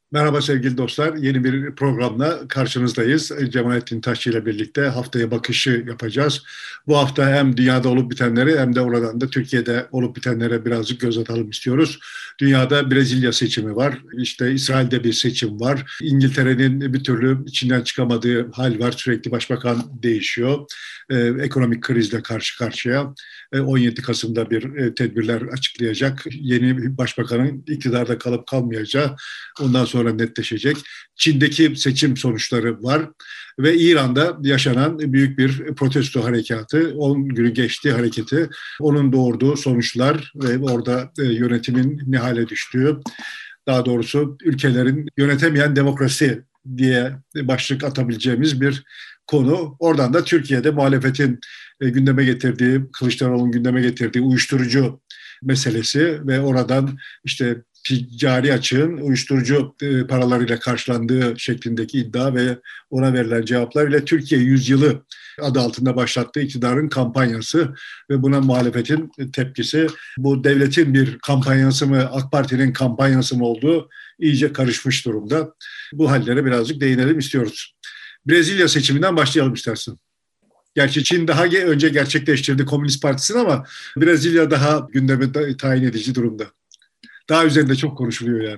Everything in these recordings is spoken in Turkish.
Merhaba sevgili dostlar. Yeni bir programla karşınızdayız. Cemalettin Taşçı ile birlikte haftaya bakışı yapacağız. Bu hafta hem dünyada olup bitenleri hem de oradan da Türkiye'de olup bitenlere birazcık göz atalım istiyoruz. Dünyada Brezilya seçimi var. İşte İsrail'de bir seçim var. İngiltere'nin bir türlü içinden çıkamadığı hal var. Sürekli başbakan değişiyor. Ekonomik krizle karşı karşıya. 17 Kasım'da bir tedbirler açıklayacak. Yeni başbakanın iktidarda kalıp kalmayacağı ondan sonra netleşecek. Çin'deki seçim sonuçları var ve İran'da yaşanan büyük bir protesto harekatı, 10 günü geçti hareketi, onun doğurduğu sonuçlar ve orada yönetimin ne hale düştüğü, daha doğrusu ülkelerin yönetemeyen demokrasi diye başlık atabileceğimiz bir konu. Oradan da Türkiye'de muhalefetin gündeme getirdiği, Kılıçdaroğlu'nun gündeme getirdiği uyuşturucu meselesi ve oradan işte ticari açığın uyuşturucu paralarıyla karşılandığı şeklindeki iddia ve ona verilen cevaplar ile Türkiye Yüzyılı adı altında başlattığı iktidarın kampanyası ve buna muhalefetin tepkisi. Bu devletin bir kampanyası mı, AK Parti'nin kampanyası mı olduğu iyice karışmış durumda. Bu hallere birazcık değinelim istiyoruz. Brezilya seçiminden başlayalım istersen. Gerçi Çin daha önce gerçekleştirdi Komünist Partisi'ni ama Brezilya daha gündeme tayin edici durumda. Daha üzerinde çok konuşuluyor yani.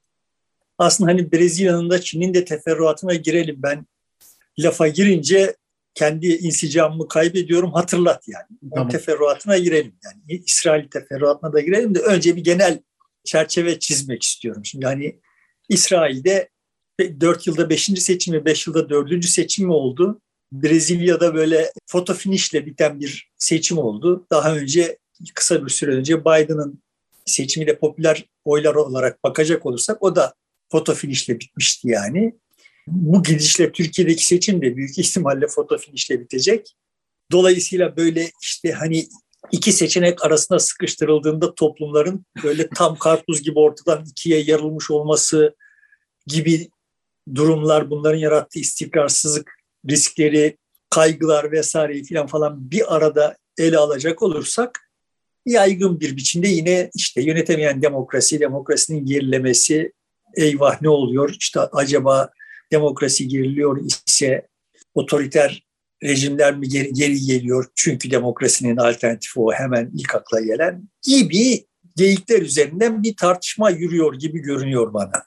Aslında hani Brezilya'nın da Çin'in de teferruatına girelim. Ben lafa girince kendi insicamımı kaybediyorum. Hatırlat yani. Tamam. O teferruatına girelim. Yani İsrail teferruatına da girelim de önce bir genel çerçeve çizmek istiyorum. Şimdi hani İsrail'de 4 yılda 5. seçimi, 5 yılda 4. seçimi oldu. Brezilya'da böyle foto finişle biten bir seçim oldu. Daha önce kısa bir süre önce Biden'ın seçimiyle popüler oylar olarak bakacak olursak o da foto finişle bitmişti yani. Bu gidişle Türkiye'deki seçim de büyük ihtimalle foto finişle bitecek. Dolayısıyla böyle işte hani iki seçenek arasında sıkıştırıldığında toplumların böyle tam karpuz gibi ortadan ikiye yarılmış olması gibi durumlar, bunların yarattığı istikrarsızlık riskleri, kaygılar vesaire falan bir arada ele alacak olursak yaygın bir biçimde yine işte yönetemeyen demokrasi, demokrasinin gerilemesi, eyvah ne oluyor? İşte acaba demokrasi geriliyor ise otoriter rejimler mi geri geliyor? Çünkü demokrasinin alternatifi o hemen ilk akla gelen gibi geyikler üzerinden bir tartışma yürüyor gibi görünüyor bana.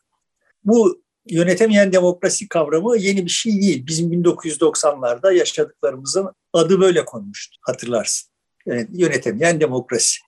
Bu yönetemeyen demokrasi kavramı yeni bir şey değil. Bizim 1990'larda yaşadıklarımızın adı böyle konmuştu, hatırlarsın. Yani yönetemeyen demokrasi.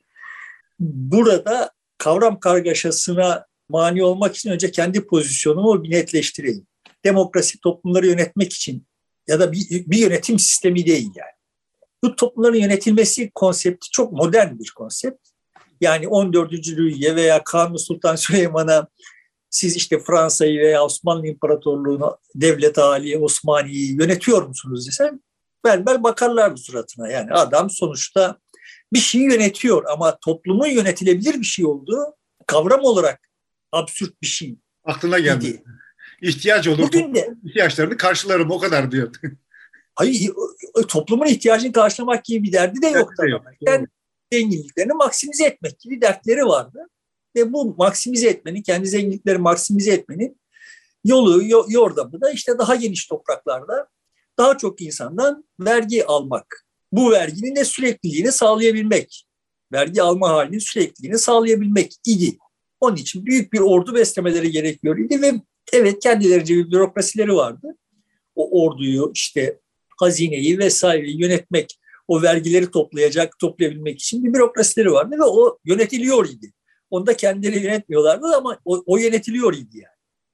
Burada kavram kargaşasına mani olmak için önce kendi pozisyonumu bir netleştireyim. Demokrasi toplumları yönetmek için ya da bir yönetim sistemi değil yani. Bu toplumların yönetilmesi konsepti çok modern bir konsept. Yani 14. Louis'e veya Kanuni Sultan Süleyman'a siz işte Fransa'yı veya Osmanlı İmparatorluğu'nu, devlet hali Osmaniye'yi yönetiyor musunuz desen belbel bakarlardı suratına. Yani adam sonuçta bir şeyi yönetiyor ama toplumun yönetilebilir bir şey olduğu kavram olarak absürt bir şey. Aklına geldi. İhtiyaç olur. Bugün de ihtiyaçlarını karşılarım o kadar diyor. Hayır, toplumun ihtiyacını karşılamak gibi bir derdi de yoktu. Kendi zenginliklerini maksimize etmek gibi dertleri vardı. Ve bu maksimize etmenin, kendi zenginlikleri maksimize etmenin yolu, yordamı da işte daha geniş topraklarda daha çok insandan vergi almak. Bu verginin de sürekliliğini sağlayabilmek. Vergi alma halinin sürekliliğini sağlayabilmek idi. Onun için büyük bir ordu beslemeleri gerekiyor idi ve evet kendilerince bir bürokrasileri vardı. O orduyu işte hazineyi vesaireyi yönetmek, o vergileri toplayabilmek için bir bürokrasileri vardı ve o yönetiliyor idi. Onu da kendileri yönetmiyorlardı ama o yönetiliyor idi yani.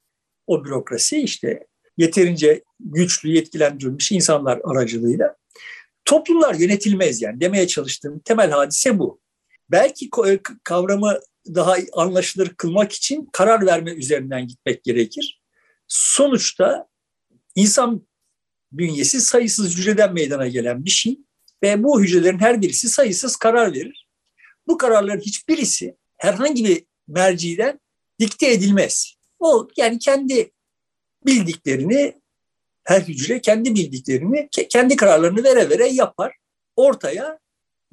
O bürokrasi işte yeterince güçlü, yetkilendirilmiş insanlar aracılığıyla. Toplumlar yönetilmez yani demeye çalıştığım temel hadise bu. Belki kavramı daha anlaşılır kılmak için karar verme üzerinden gitmek gerekir. Sonuçta insan bünyesi sayısız hücreden meydana gelen bir şey ve bu hücrelerin her birisi sayısız karar verir. Bu kararların hiçbirisi herhangi bir merciden dikte edilmez. O yani kendi bildiklerini, her hücre kendi bildiklerini, kendi kararlarını vere vere yapar. Ortaya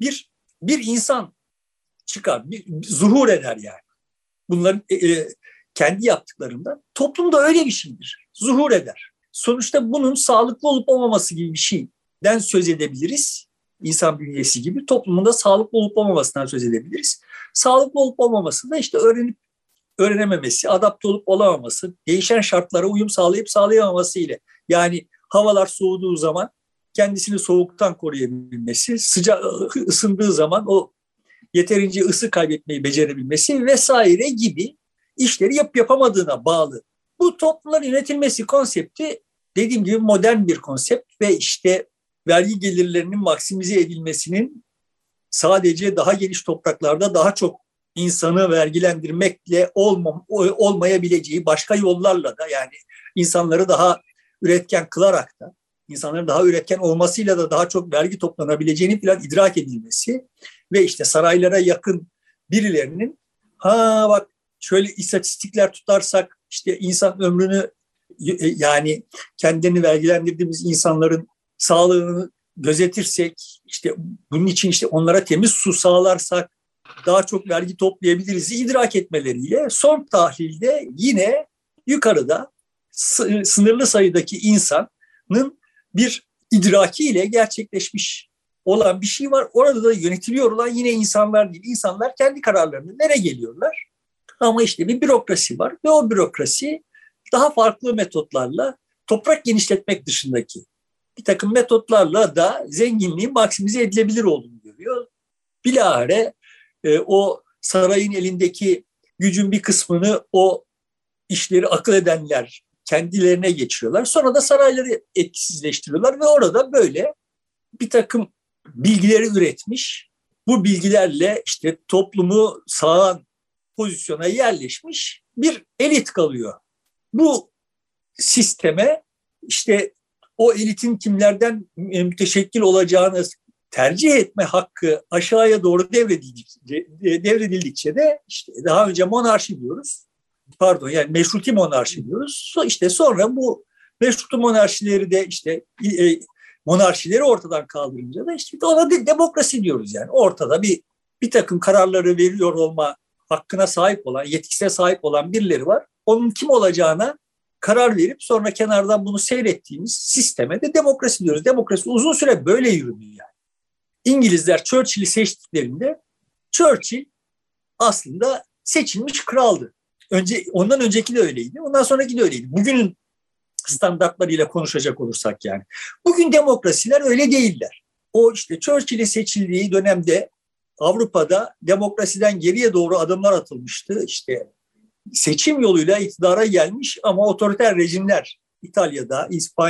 bir insan çıkar, bir zuhur eder yani. Bunların kendi yaptıklarından toplumda öyle bir şeydir. Zuhur eder. Sonuçta bunun sağlıklı olup olmaması gibi bir şeyden söz edebiliriz. İnsan bünyesi gibi toplumunda sağlıklı olup olmamasından söz edebiliriz. Sağlıklı olup olmaması da işte öğrenip öğrenememesi, adapte olup olamaması, değişen şartlara uyum sağlayıp sağlayamaması ile. Yani havalar soğuduğu zaman kendisini soğuktan koruyabilmesi, ısındığı zaman o yeterince ısı kaybetmeyi becerebilmesi vesaire gibi işleri yapamadığına bağlı. Bu toplumların yönetilmesi konsepti dediğim gibi modern bir konsept ve işte vergi gelirlerinin maksimize edilmesinin sadece daha geniş topraklarda daha çok insanı vergilendirmekle olmayabileceği başka yollarla da, yani insanları daha üretken kılarak da, insanların daha üretken olmasıyla da daha çok vergi toplanabileceğini falan idrak edilmesi ve işte saraylara yakın birilerinin bak şöyle istatistikler tutarsak işte insan ömrünü, yani kendilerini vergilendirdiğimiz insanların sağlığını gözetirsek, işte bunun için işte onlara temiz su sağlarsak daha çok vergi toplayabiliriz idrak etmeleriyle son tahlilde yine yukarıda sınırlı sayıdaki insanın bir idrakiyle gerçekleşmiş olan bir şey var. Orada da yönetiliyor olan yine insanlar değil. İnsanlar kendi kararlarını nereye geliyorlar? Ama işte bir bürokrasi var ve o bürokrasi daha farklı metotlarla toprak genişletmek dışındaki bir takım metotlarla da zenginliğin maksimize edilebilir olduğunu görüyor. Bilahare o sarayın elindeki gücün bir kısmını o işleri akıl edenler kendilerine geçiriyorlar. Sonra da sarayları etkisizleştiriyorlar ve orada böyle bir takım bilgileri üretmiş. Bu bilgilerle işte toplumu sağan pozisyona yerleşmiş bir elit kalıyor. Bu sisteme işte o elitin kimlerden müteşekkil olacağını tercih etme hakkı aşağıya doğru devredildikçe de işte daha önce monarşi diyoruz. Yani meşruti monarşi diyoruz. İşte sonra bu meşruti monarşileri de işte monarşileri ortadan kaldırınca da işte ona demokrasi diyoruz yani. Ortada bir takım kararları veriyor olma hakkına sahip olan, yetkisine sahip olan birileri var. Onun kim olacağına karar verip sonra kenardan bunu seyrettiğimiz sisteme de demokrasi diyoruz. Demokrasi uzun süre böyle yürüdü yani. İngilizler Churchill'i seçtiklerinde Churchill aslında seçilmiş kraldı. Ondan önceki de öyleydi. Ondan sonraki de öyleydi. Bugünün standartlarıyla konuşacak olursak yani. Bugün demokrasiler öyle değiller. O işte Churchill'in seçildiği dönemde Avrupa'da demokrasiden geriye doğru adımlar atılmıştı. İşte seçim yoluyla iktidara gelmiş ama otoriter rejimler İtalya'da,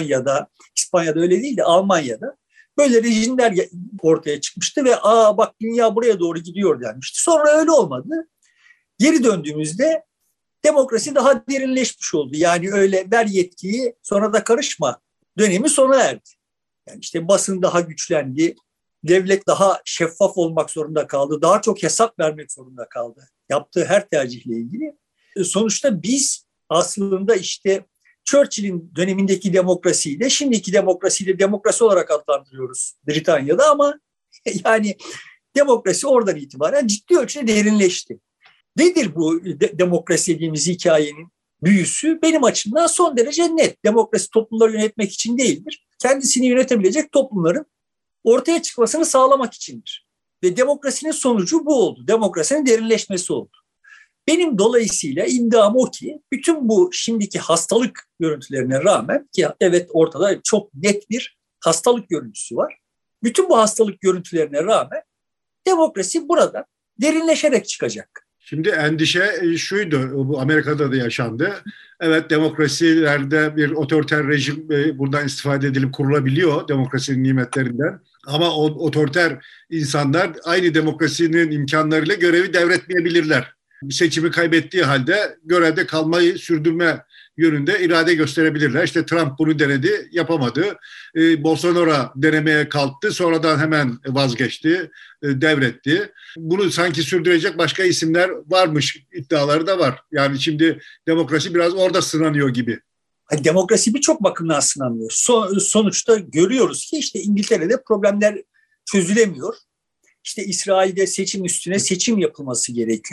İspanya'da öyle değil de Almanya'da böyle rejimler ortaya çıkmıştı ve bak dünya buraya doğru gidiyor denmişti. Sonra öyle olmadı. Geri döndüğümüzde demokrasi daha derinleşmiş oldu. Yani öyle ver yetkiyi sonra da karışma dönemi sona erdi. Yani işte basın daha güçlendi. Devlet daha şeffaf olmak zorunda kaldı. Daha çok hesap vermek zorunda kaldı. Yaptığı her tercihle ilgili. Sonuçta biz aslında işte Churchill'in dönemindeki demokrasiyle şimdiki demokrasiyle demokrasi olarak adlandırıyoruz Britanya'da ama yani demokrasi oradan itibaren ciddi ölçüde derinleşti. Nedir bu demokrasi dediğimiz hikayenin büyüsü? Benim açımdan son derece net. Demokrasi toplumları yönetmek için değildir. Kendisini yönetebilecek toplumların ortaya çıkmasını sağlamak içindir. Ve demokrasinin sonucu bu oldu. Demokrasinin derinleşmesi oldu. Benim dolayısıyla iddiam o ki bütün bu şimdiki hastalık görüntülerine rağmen ki evet ortada çok net bir hastalık görüntüsü var. Bütün bu hastalık görüntülerine rağmen demokrasi burada derinleşerek çıkacak. Şimdi endişe şuydu, bu Amerika'da da yaşandı. Evet, demokrasilerde bir otoriter rejim buradan istifade edilip kurulabiliyor demokrasinin nimetlerinden. Ama o otoriter insanlar aynı demokrasinin imkanlarıyla görevi devretmeyebilirler. Seçimi kaybettiği halde görevde kalmayı sürdürme yönünde irade gösterebilirler. İşte Trump bunu denedi, yapamadı. Bolsonaro denemeye kalktı, sonradan hemen vazgeçti, devretti. Bunu sanki sürdürecek başka isimler varmış iddiaları da var. Yani şimdi demokrasi biraz orada sınanıyor gibi. Demokrasi birçok bakımdan sınanıyor. Sonuçta görüyoruz ki işte İngiltere'de problemler çözülemiyor. İşte İsrail'de seçim üstüne seçim yapılması gerekiyor.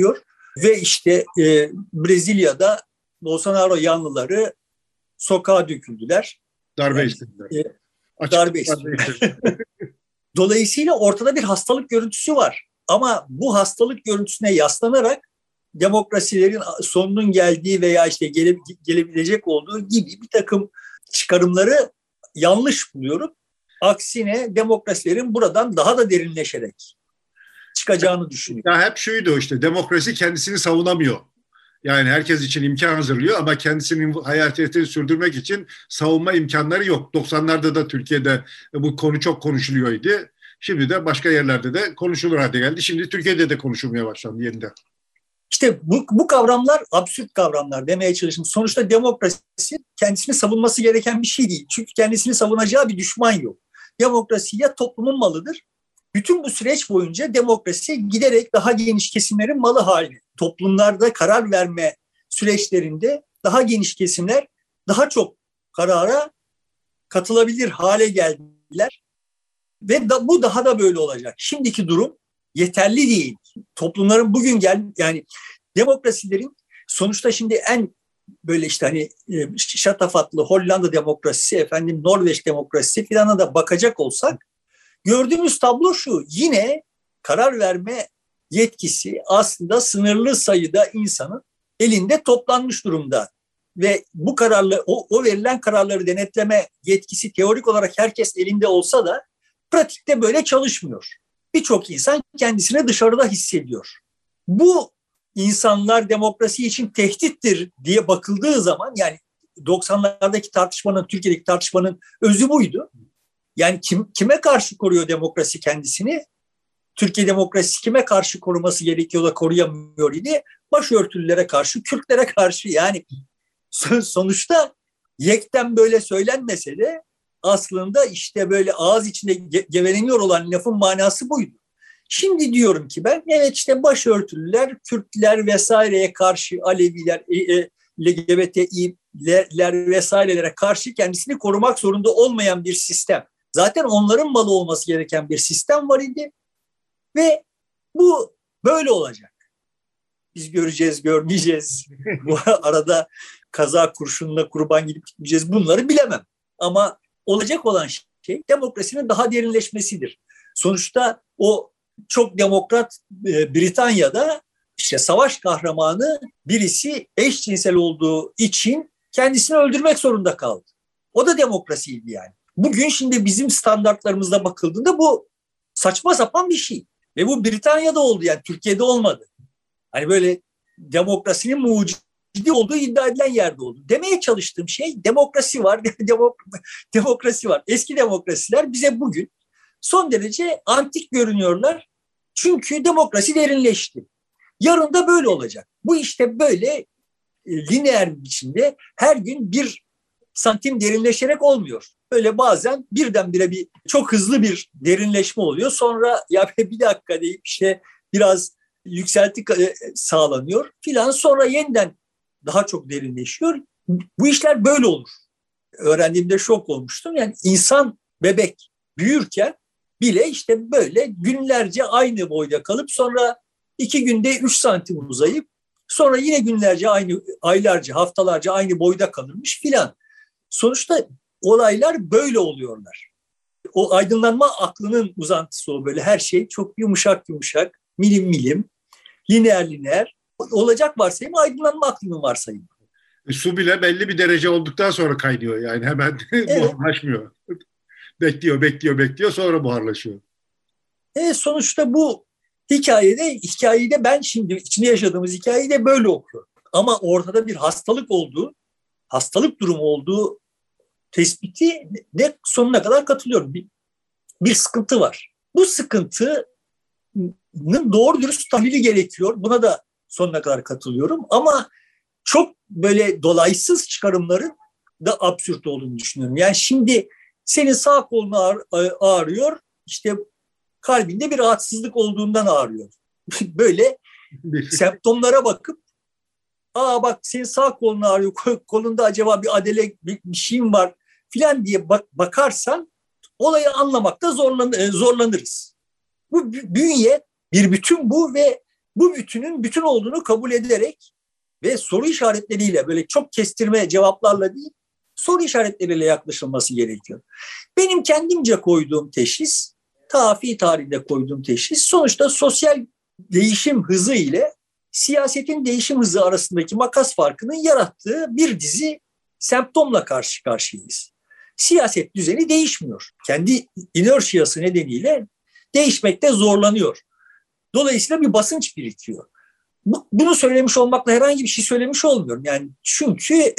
Ve işte Brezilya'da Bolsonaro yanlıları sokağa döküldüler. Darbe istediler. Darbe istediler. Dolayısıyla ortada bir hastalık görüntüsü var. Ama bu hastalık görüntüsüne yaslanarak demokrasilerin sonunun geldiği veya işte gelebilecek olduğu gibi bir takım çıkarımları yanlış buluyorum. Aksine demokrasilerin buradan daha da derinleşerek çıkacağını düşünüyorum. Ya hep şuydu işte, demokrasi kendisini savunamıyor. Yani herkes için imkan hazırlıyor ama kendisinin hayatiyetini sürdürmek için savunma imkanları yok. 90'larda da Türkiye'de bu konu çok konuşuluyordu. Şimdi de başka yerlerde de konuşulur hale geldi. Şimdi Türkiye'de de konuşulmaya başlandı yeniden. İşte bu kavramlar absürt kavramlar demeye çalıştım. Sonuçta demokrasi kendisini savunması gereken bir şey değil. Çünkü kendisini savunacağı bir düşman yok. Demokrasi ya toplumun malıdır. Bütün bu süreç boyunca demokrasi giderek daha geniş kesimlerin malı haline. Toplumlarda karar verme süreçlerinde daha geniş kesimler daha çok karara katılabilir hale geldiler. Ve bu daha da böyle olacak. Şimdiki durum yeterli değil. Toplumların bugün yani demokrasilerin sonuçta şimdi en böyle işte hani şatafatlı Hollanda demokrasisi, efendim Norveç demokrasisi filana da bakacak olsak gördüğümüz tablo şu: yine karar verme yetkisi aslında sınırlı sayıda insanın elinde toplanmış durumda. Ve bu kararlı, o verilen kararları denetleme yetkisi teorik olarak herkes elinde olsa da pratikte böyle çalışmıyor. Birçok insan kendisini dışarıda hissediyor. Bu insanlar demokrasi için tehdittir diye bakıldığı zaman, yani 90'lardaki tartışmanın, Türkiye'deki tartışmanın özü buydu. Yani kime karşı koruyor demokrasi kendisini? Türkiye demokrasisi kime karşı koruması gerekiyor da koruyamıyor idi? Başörtülülere karşı, Kürtlere karşı. Yani sonuçta yekten böyle söylenmese de aslında işte böyle ağız içinde geveleniyor olan lafın manası buydu. Şimdi diyorum ki ben, evet işte başörtülüler, Kürtler vesaireye karşı, Aleviler, LGBTİ'ler vesairelere karşı kendisini korumak zorunda olmayan bir sistem. Zaten onların malı olması gereken bir sistem var idi ve bu böyle olacak. Biz göreceğiz, görmeyeceğiz. Bu arada kaza kurşununa kurban gidip gitmeyeceğiz, bunları bilemem. Ama olacak olan şey demokrasinin daha derinleşmesidir. Sonuçta o çok demokrat Britanya'da işte savaş kahramanı birisi eşcinsel olduğu için kendisini öldürmek zorunda kaldı. O da demokrasiydi yani. Bugün şimdi bizim standartlarımızda bakıldığında bu saçma sapan bir şey. Ve bu Britanya'da oldu, yani Türkiye'de olmadı. Hani böyle demokrasinin mucidi olduğu iddia edilen yerde oldu. Demeye çalıştığım şey, demokrasi var, demokrasi var. Eski demokrasiler bize bugün son derece antik görünüyorlar. Çünkü demokrasi derinleşti. Yarın da böyle olacak. Bu işte böyle lineer bir biçimde her gün 1 santim derinleşerek olmuyor. Böyle bazen birdenbire çok hızlı bir derinleşme oluyor. Sonra ya bir dakika deyip işte biraz yükselti sağlanıyor filan. Sonra yeniden daha çok derinleşiyor. Bu işler böyle olur. Öğrendiğimde şok olmuştum. Yani insan, bebek büyürken bile işte böyle günlerce aynı boyda kalıp sonra 2 günde 3 santim uzayıp sonra yine günlerce aylarca, haftalarca aynı boyda kalırmış filan. Sonuçta olaylar böyle oluyorlar. O aydınlanma aklının uzantısı o, böyle her şey çok yumuşak yumuşak, milim milim, lineer olacak varsayım aydınlanma aklının varsayımı. Su bile belli bir derece olduktan sonra kaynıyor, yani hemen evet. Buharlaşmıyor. Bekliyor sonra buharlaşıyor. Sonuçta bu hikayeyi de ben şimdi içinde yaşadığımız hikayeyi de böyle okuyorum. Ama ortada bir hastalık durumu olduğu tespiti de sonuna kadar katılıyorum. Bir sıkıntı var. Bu sıkıntının doğru dürüst tahlili gerekiyor. Buna da sonuna kadar katılıyorum. Ama çok böyle dolaysız çıkarımların da absürt olduğunu düşünüyorum. Yani şimdi senin sağ kolun ağrıyor, işte kalbinde bir rahatsızlık olduğundan ağrıyor. Böyle semptomlara bakıp bak senin sağ kolun ağrıyor, kolunda acaba bir adele bir şeyim var filan diye bakarsan olayı anlamakta zorlanırız. Bu bünye bir bütün bu ve bu bütünün bütün olduğunu kabul ederek ve soru işaretleriyle, böyle çok kestirme cevaplarla değil, soru işaretleriyle yaklaşılması gerekiyor. Benim kendimce koyduğum teşhis, tafi tarihinde koyduğum teşhis, sonuçta sosyal değişim hızı ile siyasetin değişim hızı arasındaki makas farkının yarattığı bir dizi semptomla karşı karşıyayız. Siyaset düzeni değişmiyor. Kendi inerşiyası nedeniyle değişmekte zorlanıyor. Dolayısıyla bir basınç birikiyor. Bunu söylemiş olmakla herhangi bir şey söylemiş olmuyorum. Yani çünkü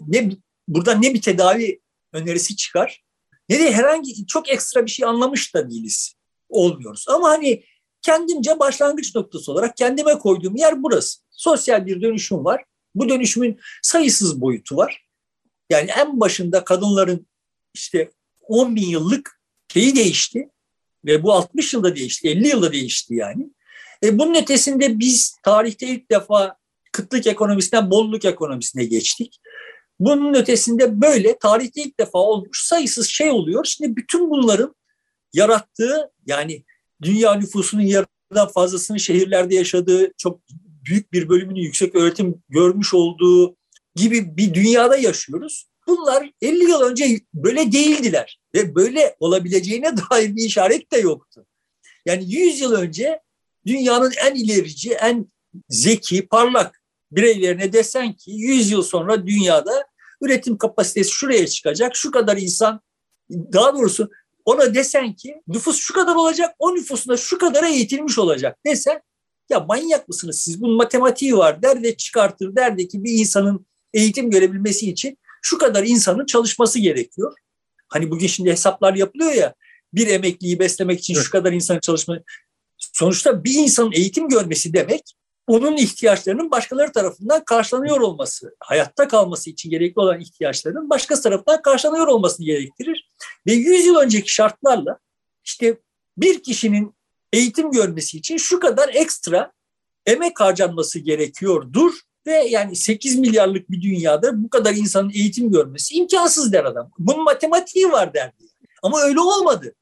buradan ne bir tedavi önerisi çıkar, ne de herhangi çok ekstra bir şey anlamış da değiliz, olmuyoruz. Ama hani kendimce başlangıç noktası olarak kendime koyduğum yer burası. Sosyal bir dönüşüm var. Bu dönüşümün sayısız boyutu var. Yani en başında kadınların işte 10 bin yıllık şeyi değişti ve bu 60 yılda değişti, 50 yılda değişti yani. Bunun ötesinde biz tarihte ilk defa kıtlık ekonomisinden bolluk ekonomisine geçtik. Bunun ötesinde böyle tarihte ilk defa olmuş sayısız şey oluyor. Şimdi bütün bunların yarattığı, yani dünya nüfusunun yarıdan fazlasının şehirlerde yaşadığı, çok büyük bir bölümünün yüksek öğretim görmüş olduğu gibi bir dünyada yaşıyoruz. Bunlar 50 yıl önce böyle değildiler ve böyle olabileceğine dair bir işaret de yoktu. Yani 100 yıl önce dünyanın en ilerici, en zeki, parlak bireylerine desen ki 100 yıl sonra dünyada üretim kapasitesi şuraya çıkacak, şu kadar insan, daha doğrusu ona desen ki nüfus şu kadar olacak, o nüfusunda şu kadara eğitilmiş olacak desen, ya manyak mısınız siz, bunun matematiği var der ve çıkartır, der de ki bir insanın eğitim görebilmesi için şu kadar insanın çalışması gerekiyor. Hani bugün şimdi hesaplar yapılıyor ya, bir emekliyi beslemek için şu kadar insanın çalışması. Sonuçta bir insanın eğitim görmesi demek, onun ihtiyaçlarının başkaları tarafından karşılanıyor olması, hayatta kalması için gerekli olan ihtiyaçlarının başkası tarafından karşılanıyor olmasını gerektirir. Ve 100 yıl önceki şartlarla işte bir kişinin eğitim görmesi için şu kadar ekstra emek harcanması gerekiyordur ve yani 8 milyarlık bir dünyada bu kadar insanın eğitim görmesi imkansız der adam. Bunun matematiği var derdi. Ama öyle olmadı.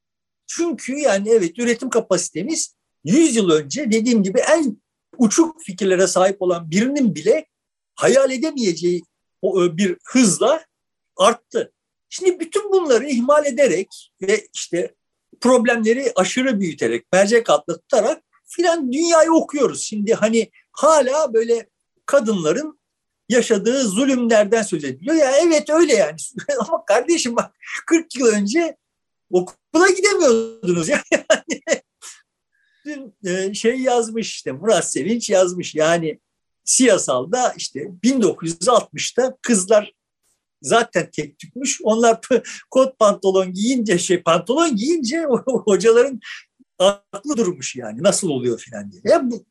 Çünkü yani evet, üretim kapasitemiz 100 yıl önce dediğim gibi en uçuk fikirlere sahip olan birinin bile hayal edemeyeceği bir hızla arttı. Şimdi bütün bunları ihmal ederek ve işte problemleri aşırı büyüterek, mercek altında tutarak filan dünyayı okuyoruz. Şimdi hani hala böyle kadınların yaşadığı zulümlerden söz ediliyor. Ya evet öyle yani. Ama kardeşim bak, 40 yıl önce okula gidemiyordunuz yani. Dün şey yazmış işte, Murat Sevinç yazmış yani, siyasalda işte 1960'ta kızlar zaten tek tükmüş. Onlar kot pantolon giyince pantolon giyince hocaların aklı durmuş yani, nasıl oluyor filan diye. Ya bu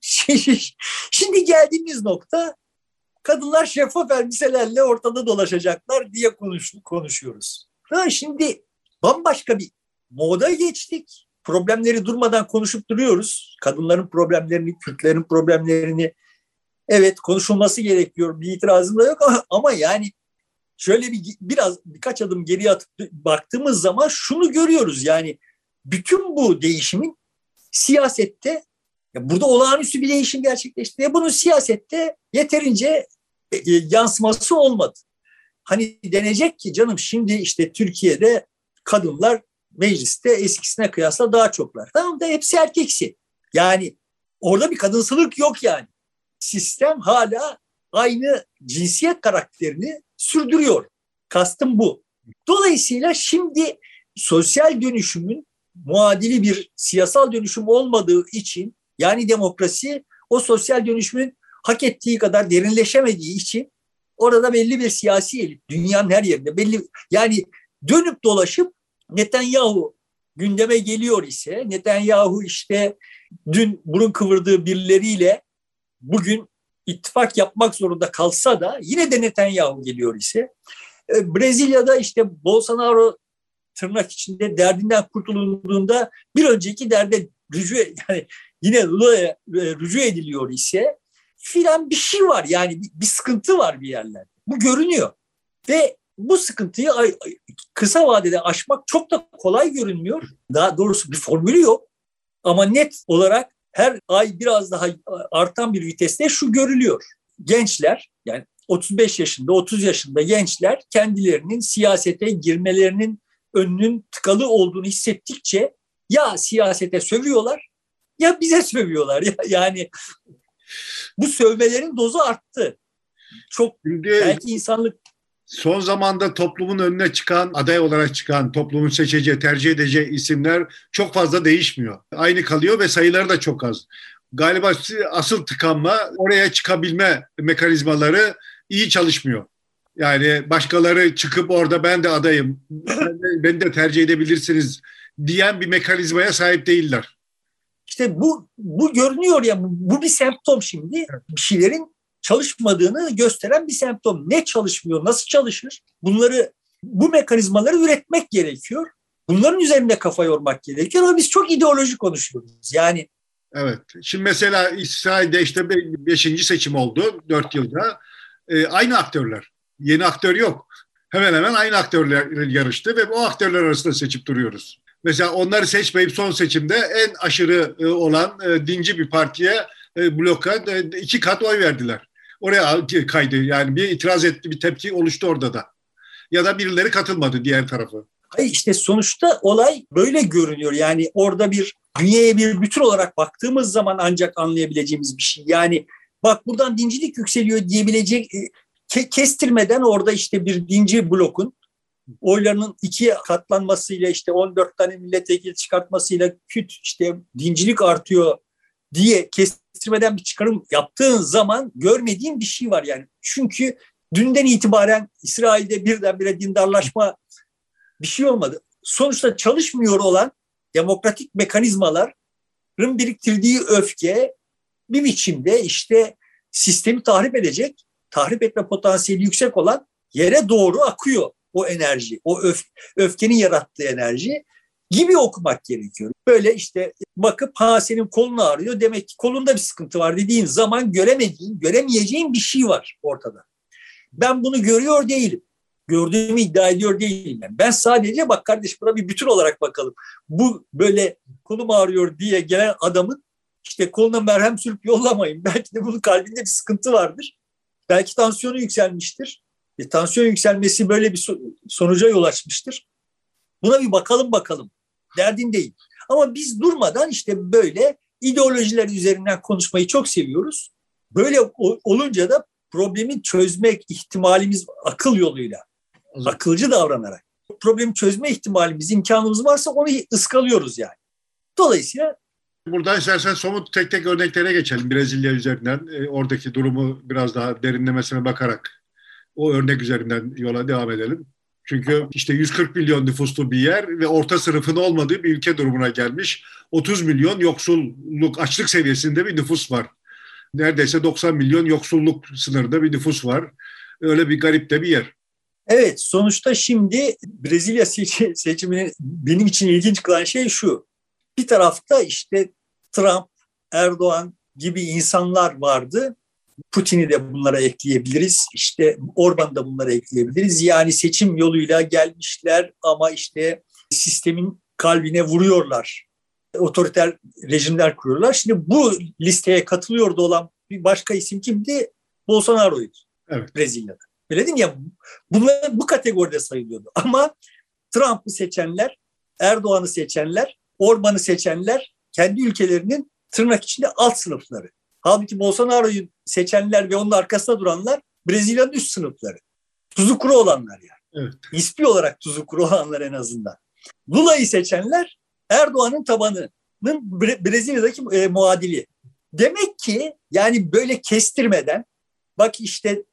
şimdi geldiğimiz nokta, kadınlar şeffaf elbiselerle ortada dolaşacaklar diye konuşuyoruz. Şimdi bambaşka bir moda geçtik. Problemleri durmadan konuşup duruyoruz. Kadınların problemlerini, Kürtlerin problemlerini, evet konuşulması gerekiyor. Bir itirazım da yok ama yani şöyle birkaç adım geriye atıp baktığımız zaman şunu görüyoruz. Yani bütün bu değişimin siyasette, burada olağanüstü bir değişim gerçekleşti ve bunun siyasette yeterince yansıması olmadı. Hani denecek ki canım şimdi işte Türkiye'de kadınlar mecliste eskisine kıyasla daha çoklar. Tamam da hepsi erkeksi. Yani orada bir kadınsılık yok yani. Sistem hala aynı cinsiyet karakterini sürdürüyor. Kastım bu. Dolayısıyla şimdi sosyal dönüşümün muadili bir siyasal dönüşüm olmadığı için, yani demokrasi o sosyal dönüşümün hak ettiği kadar derinleşemediği için orada belli bir siyasi elit, dünyanın her yerinde belli, yani dönüp dolaşıp Netanyahu gündeme geliyor ise, Netanyahu işte dün burun kıvırdığı birileriyle bugün ittifak yapmak zorunda kalsa da yine de Netanyahu geliyor ise, Brezilya'da işte Bolsonaro tırnak içinde derdinden kurtulduğunda bir önceki derde yani yine Lula'ya rücu ediliyor ise filan bir şey var yani, bir sıkıntı var bir yerlerde. Bu görünüyor ve bu sıkıntıyı kısa vadede aşmak çok da kolay görünmüyor. Daha doğrusu bir formülü yok ama net olarak her ay biraz daha artan bir viteste şu görülüyor. Gençler, yani 35 yaşında, 30 yaşında gençler kendilerinin siyasete girmelerinin önünün tıkalı olduğunu hissettikçe ya siyasete sövüyorlar ya bize sövüyorlar. Yani bu sövmelerin dozu arttı. Çok belki insanlık... Son zamanda toplumun önüne çıkan, aday olarak çıkan, toplumun seçeceği, tercih edeceği isimler çok fazla değişmiyor. Aynı kalıyor ve sayıları da çok az. Galiba asıl tıkanma, oraya çıkabilme mekanizmaları iyi çalışmıyor. Yani başkaları çıkıp orada ben de adayım, beni de tercih edebilirsiniz diyen bir mekanizmaya sahip değiller. İşte bu görünüyor ya, bu bir semptom şimdi. Bir şeylerin çalışmadığını gösteren bir semptom. Ne çalışmıyor, nasıl çalışır? Bu mekanizmaları üretmek gerekiyor. Bunların üzerinde kafa yormak gerekiyor ama biz çok ideoloji konuşuyoruz. Yani evet. Şimdi mesela İsrail'de işte 5. seçim oldu 4 yılda. Aynı aktörler. Yeni aktör yok. Hemen hemen aynı aktörler yarıştı ve o aktörler arasında seçip duruyoruz. Mesela onları seçmeyip son seçimde en aşırı olan dinci bir partiye bloka 2 kat oy verdiler. Oraya kaydı. Yani bir itiraz etti, bir tepki oluştu orada da. Ya da birileri katılmadı diğer tarafı. Hayır, işte sonuçta olay böyle görünüyor. Yani orada bir dünyaya bir bütün olarak baktığımız zaman ancak anlayabileceğimiz bir şey. Yani bak buradan dincilik yükseliyor diyebilecek kestirmeden orada işte bir dinci blokun oylarının 2'ye katlanmasıyla işte 14 tane milletvekili çıkartmasıyla işte dincilik artıyor diye kestirmeden bir çıkarım yaptığın zaman görmediğin bir şey var yani. Çünkü dünden itibaren İsrail'de birdenbire dindarlaşma bir şey olmadı. Sonuçta çalışmıyor olan demokratik mekanizmaların biriktirdiği öfke bir biçimde işte sistemi tahrip etme potansiyeli yüksek olan yere doğru akıyor o enerji, o öfkenin yarattığı enerji gibi okumak gerekiyor. Böyle işte bakıp senin kolun ağrıyor, demek ki kolunda bir sıkıntı var dediğin zaman göremeyeceğin bir şey var ortada. Ben bunu görüyor değilim. Gördüğümü iddia ediyor değilim. Ben sadece bak kardeş, buna bir bütün olarak bakalım. Bu böyle kolum ağrıyor diye gelen adamın işte koluna merhem sürüp yollamayın. Belki de bunun kalbinde bir sıkıntı vardır. Belki tansiyonu yükselmiştir. Tansiyon yükselmesi böyle bir sonuca yol açmıştır. Buna bir bakalım. Derdindeyim. Ama biz durmadan işte böyle ideolojiler üzerinden konuşmayı çok seviyoruz. Böyle olunca da problemi çözmek ihtimalimiz akıl yoluyla, akılcı davranarak. Problemi çözme ihtimalimiz, imkanımız varsa onu ıskalıyoruz yani. Dolayısıyla buradan istersen somut tek tek örneklere geçelim Brezilya üzerinden. Oradaki durumu biraz daha derinlemesine bakarak o örnek üzerinden yola devam edelim. Çünkü işte 140 milyon nüfuslu bir yer ve orta sınıfın olmadığı bir ülke durumuna gelmiş. 30 milyon yoksulluk, açlık seviyesinde bir nüfus var. Neredeyse 90 milyon yoksulluk sınırında bir nüfus var. Öyle bir garip de bir yer. Evet, sonuçta şimdi Brezilya seçiminin benim için ilginç kılan şey şu. Bir tarafta işte Trump, Erdoğan gibi insanlar vardı. Putin'i de bunlara ekleyebiliriz. İşte Orban'ı da bunlara ekleyebiliriz. Yani seçim yoluyla gelmişler ama işte sistemin kalbine vuruyorlar. Otoriter rejimler kuruyorlar. Şimdi bu listeye katılıyordu olan bir başka isim kimdi? Bolsonaro'ydu. Evet. Brezilya'da. Öyle değil mi ya? Bunlar bu kategoride sayılıyordu. Ama Trump'ı seçenler, Erdoğan'ı seçenler, Orban'ı seçenler kendi ülkelerinin tırnak içinde alt sınıfları. Halbuki Bolsonaro'yu seçenler ve onun arkasında duranlar Brezilya'nın üst sınıfları. Tuzu kuru olanlar yani. Evet. Nispi olarak tuzu kuru olanlar en azından. Lula'yı seçenler Erdoğan'ın tabanının Brezilya'daki muadili. Demek ki yani böyle kestirmeden bak işte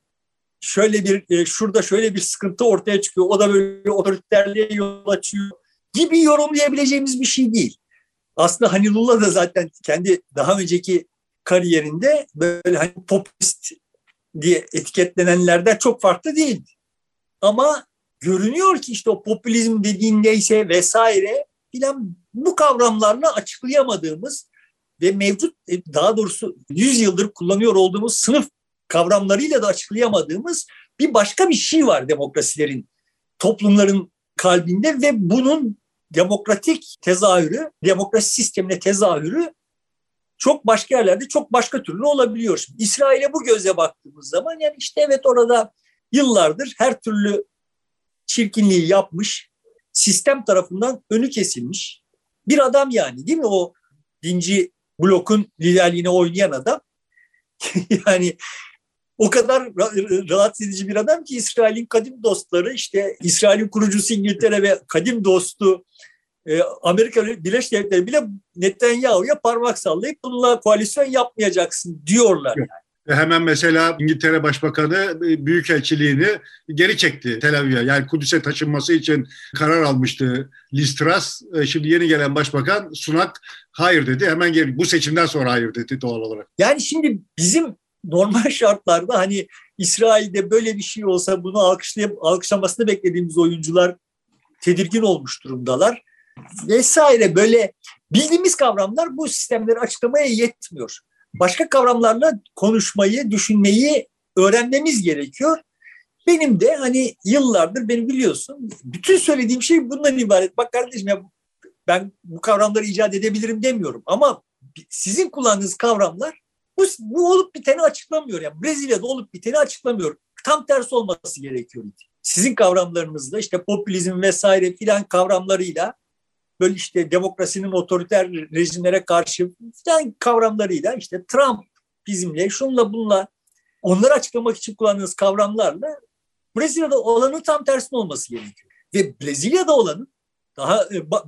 şurada şöyle bir sıkıntı ortaya çıkıyor. O da böyle otoriterliğe yol açıyor gibi yorumlayabileceğimiz bir şey değil. Aslında hani Lula da zaten kendi daha önceki kariyerinde böyle hani popülist diye etiketlenenlerden çok farklı değildi. Ama görünüyor ki işte o popülizm dediğin neyse vesaire filan bu kavramlarla açıklayamadığımız ve mevcut daha doğrusu 100 yıldır kullanıyor olduğumuz sınıf kavramlarıyla da açıklayamadığımız başka bir şey var demokrasilerin, toplumların kalbinde ve bunun demokratik tezahürü, demokrasi sistemine tezahürü çok başka yerlerde çok başka türlü olabiliyor. Şimdi İsrail'e bu gözle baktığımız zaman yani işte evet orada yıllardır her türlü çirkinliği yapmış, sistem tarafından önü kesilmiş bir adam yani değil mi? O dinci blokun liderliğine oynayan adam. Yani o kadar rahatsız edici bir adam ki İsrail'in kadim dostları işte İsrail'in kurucusu İngiltere ve kadim dostu Amerika Birleşik Devletleri bile Netanyahu'ya parmak sallayıp bununla koalisyon yapmayacaksın diyorlar. Yani. Hemen mesela İngiltere Başbakanı büyükelçiliğini geri çekti Tel Aviv'e. Yani Kudüs'e taşınması için karar almıştı Liz Truss. Şimdi yeni gelen Başbakan Sunak hayır dedi. Hemen geri bu seçimden sonra hayır dedi doğal olarak. Yani şimdi bizim normal şartlarda hani İsrail'de böyle bir şey olsa bunu alkışlamasını beklediğimiz oyuncular tedirgin olmuş durumdalar. Vesaire böyle bildiğimiz kavramlar bu sistemleri açıklamaya yetmiyor. Başka kavramlarla konuşmayı, düşünmeyi öğrenmemiz gerekiyor. Benim de hani yıllardır beni biliyorsun bütün söylediğim şey bundan ibaret. Bak kardeşim ya ben bu kavramları icat edebilirim demiyorum ama sizin kullandığınız kavramlar bu olup biteni açıklamıyor. Yani Brezilya'da olup biteni açıklamıyor. Tam tersi olması gerekiyor. Sizin kavramlarınızla işte popülizm vesaire filan kavramlarıyla böyle işte demokrasinin otoriter rejimlere karşı filan kavramlarıyla işte Trump bizimle şunla bununla onları açıklamak için kullandığınız kavramlarla Brezilya'da olanın tam tersine olması gerekiyor. Ve Brezilya'da olanın daha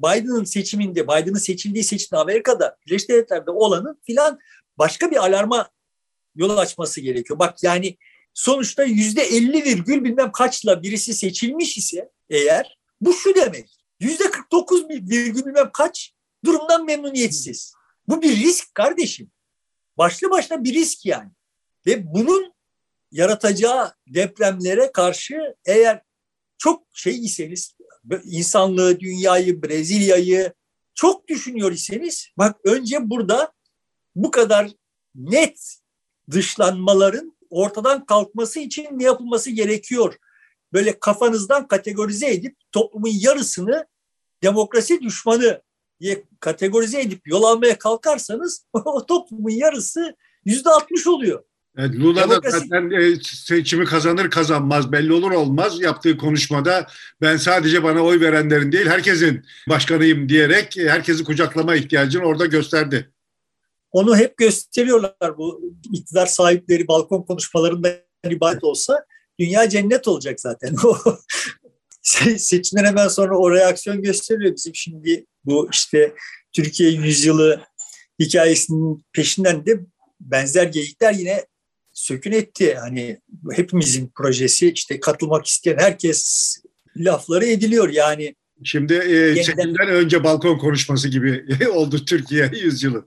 Biden'ın seçildiği seçimde Amerika'da Birleşik Devletler'de olanın filan başka bir alarma yol açması gerekiyor. Bak yani sonuçta %50 bilmem kaçla birisi seçilmiş ise eğer bu şu demek. %49 bilmem kaç durumdan memnuniyetsiz. Bu bir risk kardeşim. Başlı başına bir risk yani. Ve bunun yaratacağı depremlere karşı eğer çok iseniz, insanlığı, dünyayı, Brezilya'yı çok düşünüyor iseniz, bak önce burada bu kadar net dışlanmaların ortadan kalkması için ne yapılması gerekiyor? Böyle kafanızdan kategorize edip toplumun yarısını demokrasi düşmanı diye kategorize edip yol almaya kalkarsanız o toplumun yarısı %60 oluyor. Evet, Lula da zaten seçimi kazanır kazanmaz belli olur olmaz yaptığı konuşmada ben sadece bana oy verenlerin değil herkesin başkanıyım diyerek herkesi kucaklama ihtiyacını orada gösterdi. Onu hep gösteriyorlar bu iktidar sahipleri balkon konuşmalarında ibaret olsa dünya cennet olacak zaten. Seçimden hemen sonra o reaksiyon gösteriyor bizim şimdi bu işte Türkiye yüzyılı hikayesinin peşinden de benzer geyikler yine sökün etti. Hani hepimizin projesi işte katılmak isteyen herkes lafları ediliyor yani. Şimdi seçimden önce balkon konuşması gibi oldu Türkiye yüzyılı.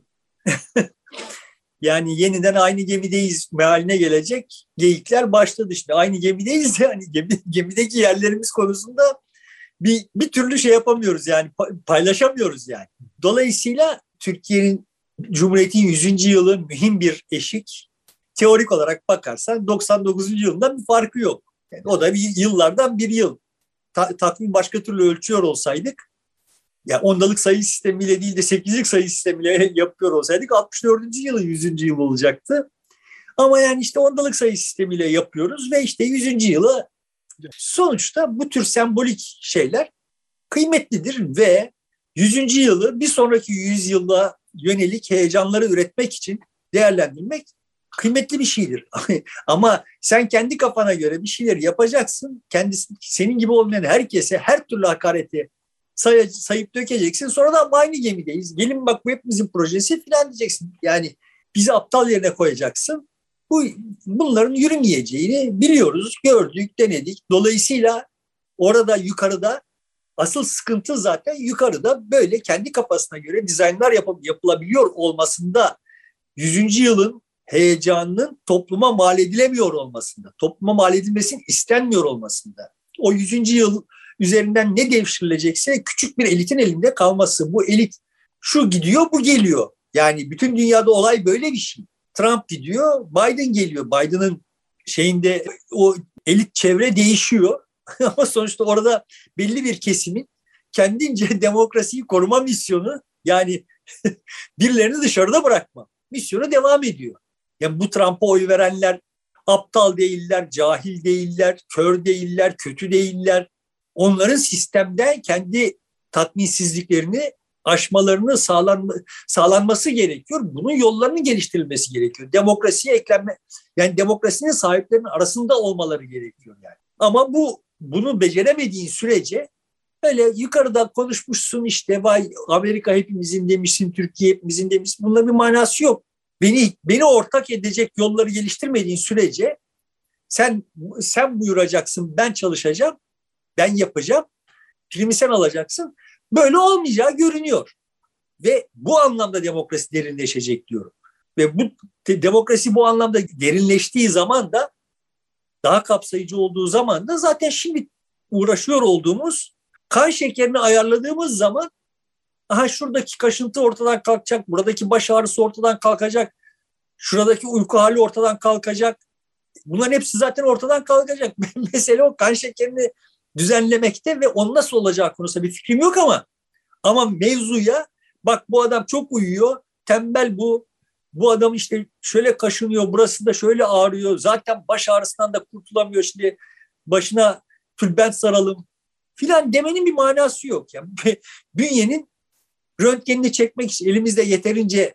Yani yeniden aynı gemideyiz mealine gelecek geyikler başladı işte. Aynı gemideyiz de hani gemideki yerlerimiz konusunda bir türlü şey yapamıyoruz yani paylaşamıyoruz yani. Dolayısıyla Türkiye'nin Cumhuriyet'in 100. yılı mühim bir eşik. Teorik olarak bakarsan 99. yılından bir farkı yok. Yani o da yıllardan bir yıl. Takvim başka türlü ölçüyor olsaydık ya ondalık sayı sistemiyle değil de 8'lik sayı sistemiyle yapıyor olsaydık 64. yılı 100. yıl olacaktı. Ama yani işte ondalık sayı sistemiyle yapıyoruz ve işte 100. yılı sonuçta bu tür sembolik şeyler kıymetlidir ve 100. yılı bir sonraki yüzyıla yönelik heyecanları üretmek için değerlendirmek kıymetli bir şeydir. Ama sen kendi kafana göre bir şeyler yapacaksın. Senin gibi olmayan herkese her türlü hakareti sayıp dökeceksin. Sonra da aynı gemideyiz. Gelin bak bu hepimizin projesi falan diyeceksin. Yani bizi aptal yerine koyacaksın. Bunların yürümeyeceğini biliyoruz, gördük, denedik. Dolayısıyla orada yukarıda asıl sıkıntı zaten yukarıda böyle kendi kafasına göre dizaynlar yapılabiliyor olmasında 100. yılın heyecanının topluma mal edilemiyor olmasında, topluma mal edilmesinin istenmiyor olmasında. O 100. yıl üzerinden ne devşirilecekse küçük bir elitin elinde kalması. Bu elit şu gidiyor, bu geliyor. Yani bütün dünyada olay böyle bir şey. Trump gidiyor, Biden geliyor. Biden'ın şeyinde o elit çevre değişiyor. Ama sonuçta orada belli bir kesimin kendince demokrasiyi koruma misyonu yani birilerini dışarıda bırakma. misyonu devam ediyor. Yani bu Trump'a oy verenler aptal değiller, cahil değiller, kör değiller, kötü değiller. Onların sistemde kendi tatminsizliklerini aşmalarını sağlanması gerekiyor. Bunun yollarının geliştirilmesi gerekiyor. Demokrasiye eklenme, yani demokrasinin sahiplerinin arasında olmaları gerekiyor yani. Ama bunu beceremediğin sürece öyle yukarıda konuşmuşsun işte vay Amerika hepimizin demişsin, Türkiye hepimizin demişsin. Bunların bir manası yok. Beni ortak edecek yolları geliştirmediğin sürece sen buyuracaksın, ben çalışacağım, ben yapacağım, filmi sen alacaksın. Böyle olmayacağı görünüyor. Ve bu anlamda demokrasi derinleşecek diyorum. Ve bu demokrasi bu anlamda derinleştiği zaman da daha kapsayıcı olduğu zaman da zaten şimdi uğraşıyor olduğumuz kan şekerini ayarladığımız zaman aha şuradaki kaşıntı ortadan kalkacak, buradaki baş ağrısı ortadan kalkacak, şuradaki uyku hali ortadan kalkacak. Bunların hepsi zaten ortadan kalkacak. Mesele o kan şekerini düzenlemekte ve onun nasıl olacağı konusunda bir fikrim yok ama mevzuya bak bu adam çok uyuyor, tembel bu. Bu adam işte şöyle kaşınıyor, burası da şöyle ağrıyor. Zaten baş ağrısından da kurtulamıyor. Şimdi başına tülbent saralım filan demenin bir manası yok. Yani bünyenin röntgenini çekmek için elimizde yeterince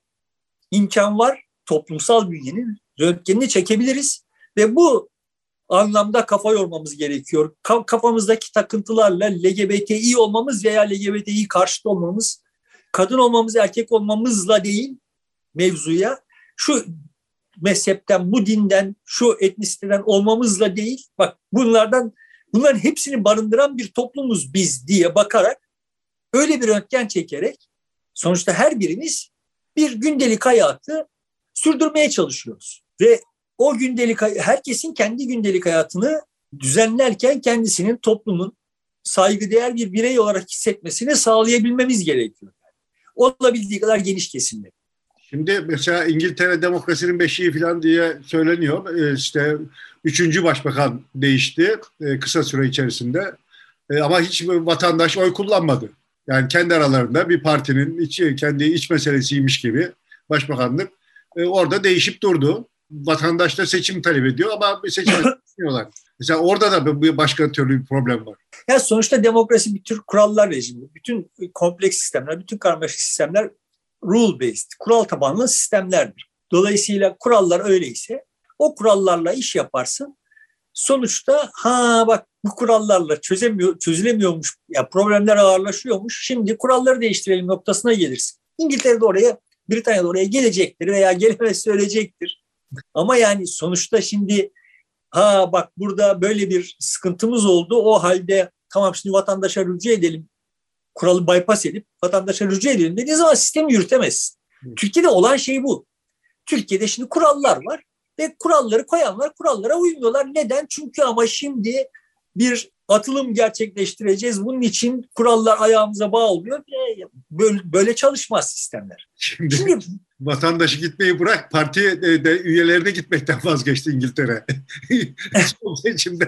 imkan var. Toplumsal bünyenin röntgenini çekebiliriz ve bu anlamda kafa yormamız gerekiyor. Kafamızdaki takıntılarla LGBTİ olmamız veya LGBTİ karşıtı olmamız, kadın olmamız, erkek olmamızla değil mevzuya, şu mezhepten, bu dinden, şu etnisiteden olmamızla değil, bak bunların hepsini barındıran bir toplumuz biz diye bakarak, öyle bir röntgen çekerek, sonuçta her birimiz bir gündelik hayatı sürdürmeye çalışıyoruz. Ve o herkesin kendi gündelik hayatını düzenlerken kendisinin toplumun saygıdeğer bir birey olarak hissetmesini sağlayabilmemiz gerekiyor. Olabildiği kadar geniş kesimde. Şimdi mesela İngiltere demokrasinin beşiği falan diye söyleniyor. İşte 3. başbakan değişti kısa süre içerisinde. Ama hiç vatandaş oy kullanmadı. Yani kendi aralarında bir partinin kendi iç meselesiymiş gibi başbakanlık orada değişip durdu. Vatandaş da seçim talep ediyor ama seçim etmiyorlar. Mesela orada da bir başka türlü bir problem var. Ya sonuçta demokrasi bir tür kurallar rejimi. Bütün kompleks sistemler, bütün karmaşık sistemler rule based, kural tabanlı sistemlerdir. Dolayısıyla kurallar öyleyse o kurallarla iş yaparsın. Sonuçta bak bu kurallarla çözülemiyormuş, ya problemler ağırlaşıyormuş. Şimdi kuralları değiştirelim noktasına gelirsin. İngiltere'de oraya, Britanya'da oraya gelecektir veya gelemez söyleyecektir. Ama yani sonuçta şimdi bak burada böyle bir sıkıntımız oldu. O halde tamam şimdi vatandaşa rücu edelim. Kuralı bypass edip vatandaşa rücu edelim dediği zaman sistemi yürütemezsin. Türkiye'de olan şey bu. Türkiye'de şimdi kurallar var ve kuralları koyanlar kurallara uymuyorlar. Neden? Çünkü ama şimdi bir atılım gerçekleştireceğiz. Bunun için kurallar ayağımıza bağlıyor. Böyle çalışmaz sistemler. Şimdi vatandaşı gitmeyi bırak, parti de üyelerine gitmekten vazgeçti İngiltere. Son seçimde.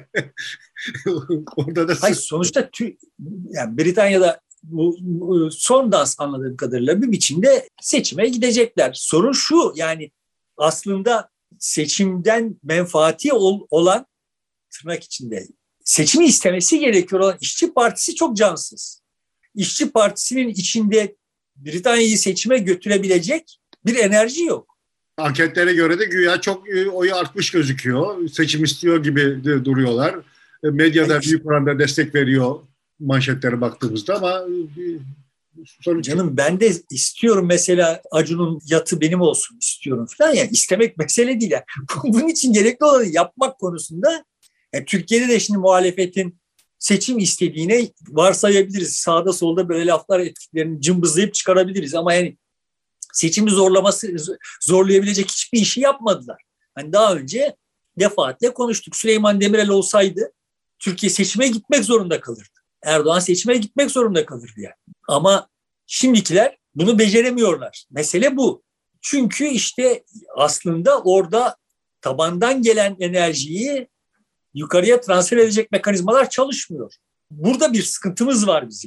Orada da hayır, sonuçta yani Britanya'da bu son dans anladığım kadarıyla bir biçimde seçime gidecekler. Sorun şu, yani aslında seçimden menfaati olan, tırnak içinde seçimi istemesi gerekiyor olan İşçi Partisi çok cansız. İşçi Partisi'nin içinde Britanya'yı seçime götürebilecek bir enerji yok. Anketlere göre de güya çok oyu artmış gözüküyor. Seçim istiyor gibi duruyorlar. Medyada büyük oranda destek veriyor manşetlere baktığımızda ama sonuç... Canım ben de istiyorum mesela Acun'un yatı benim olsun istiyorum falan, yani istemek mesele değil. Yani. Bunun için gerekli olanı yapmak konusunda yani Türkiye'de de şimdi muhalefetin seçim istediğine varsayabiliriz. Sağda solda böyle laflar ettiklerini cımbızlayıp çıkarabiliriz ama yani seçimi zorlayabilecek hiçbir işi yapmadılar. Hani daha önce defaatle konuştuk. Süleyman Demirel olsaydı Türkiye seçime gitmek zorunda kalırdı. Erdoğan seçime gitmek zorunda kalırdı yani. Ama şimdikiler bunu beceremiyorlar. Mesele bu. Çünkü işte aslında orada tabandan gelen enerjiyi yukarıya transfer edecek mekanizmalar çalışmıyor. Burada bir sıkıntımız var bizim.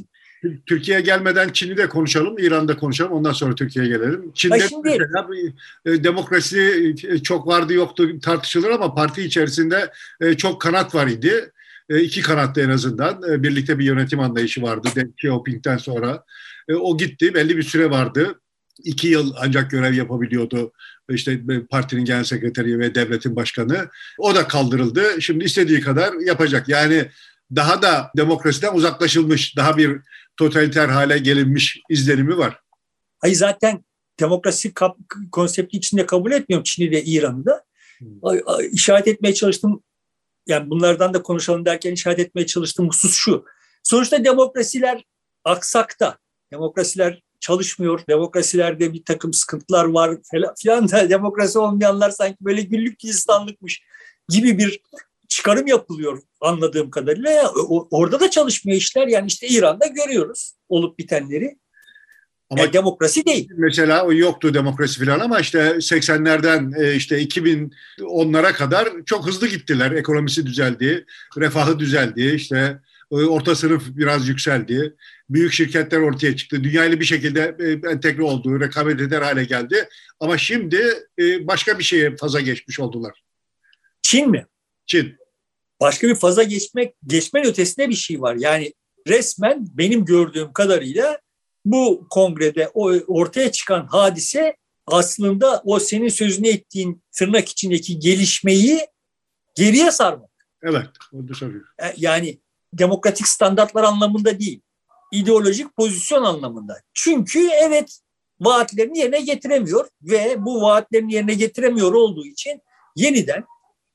Türkiye'ye gelmeden Çin'i de konuşalım, İran'da konuşalım. Ondan sonra Türkiye'ye gelelim. Çin'de mesela demokrasi çok vardı yoktu tartışılır ama parti içerisinde çok kanat var idi. İki kanatta en azından. Birlikte bir yönetim anlayışı vardı Deng Xiaoping'den sonra. O gitti. Belli bir süre vardı. 2 yıl ancak görev yapabiliyordu işte partinin genel sekreteri ve devletin başkanı. O da kaldırıldı. Şimdi istediği kadar yapacak. Yani daha da demokrasiden uzaklaşılmış, daha bir totaliter hale gelinmiş izlenimi var. Hayır, zaten demokrasi konsepti içinde kabul etmiyorum Çin'i de İran'ı da. İşaret etmeye çalıştım. Yani bunlardan da konuşalım derken işaret etmeye çalıştığım husus şu. Sonuçta demokrasiler aksakta. Demokrasiler çalışmıyor. Demokrasilerde bir takım sıkıntılar var filan da demokrasi olmayanlar sanki böyle güllük gülistanlıkmış gibi bir çıkarım yapılıyor anladığım kadarıyla. Orada da çalışmıyor işler. Yani işte İran'da görüyoruz olup bitenleri. Ama yani demokrasi değil. Mesela o yoktu demokrasi falan ama işte 80'lerden işte 2010'lara kadar çok hızlı gittiler. Ekonomisi düzeldi, refahı düzeldi, işte orta sınıf biraz yükseldi. Büyük şirketler ortaya çıktı. Dünyayla bir şekilde entegre oldu, rekabet eder hale geldi. Ama şimdi başka bir şeye faza geçmiş oldular. Çin mi? Çin. Başka bir faza geçmenin ötesinde bir şey var. Yani resmen benim gördüğüm kadarıyla bu kongrede ortaya çıkan hadise aslında o senin sözünü ettiğin tırnak içindeki gelişmeyi geriye sarmak. Evet, onu söylüyor. Yani demokratik standartlar anlamında değil, ideolojik pozisyon anlamında. Çünkü evet, vaatlerini yerine getiremiyor ve bu vaatlerini yerine getiremiyor olduğu için yeniden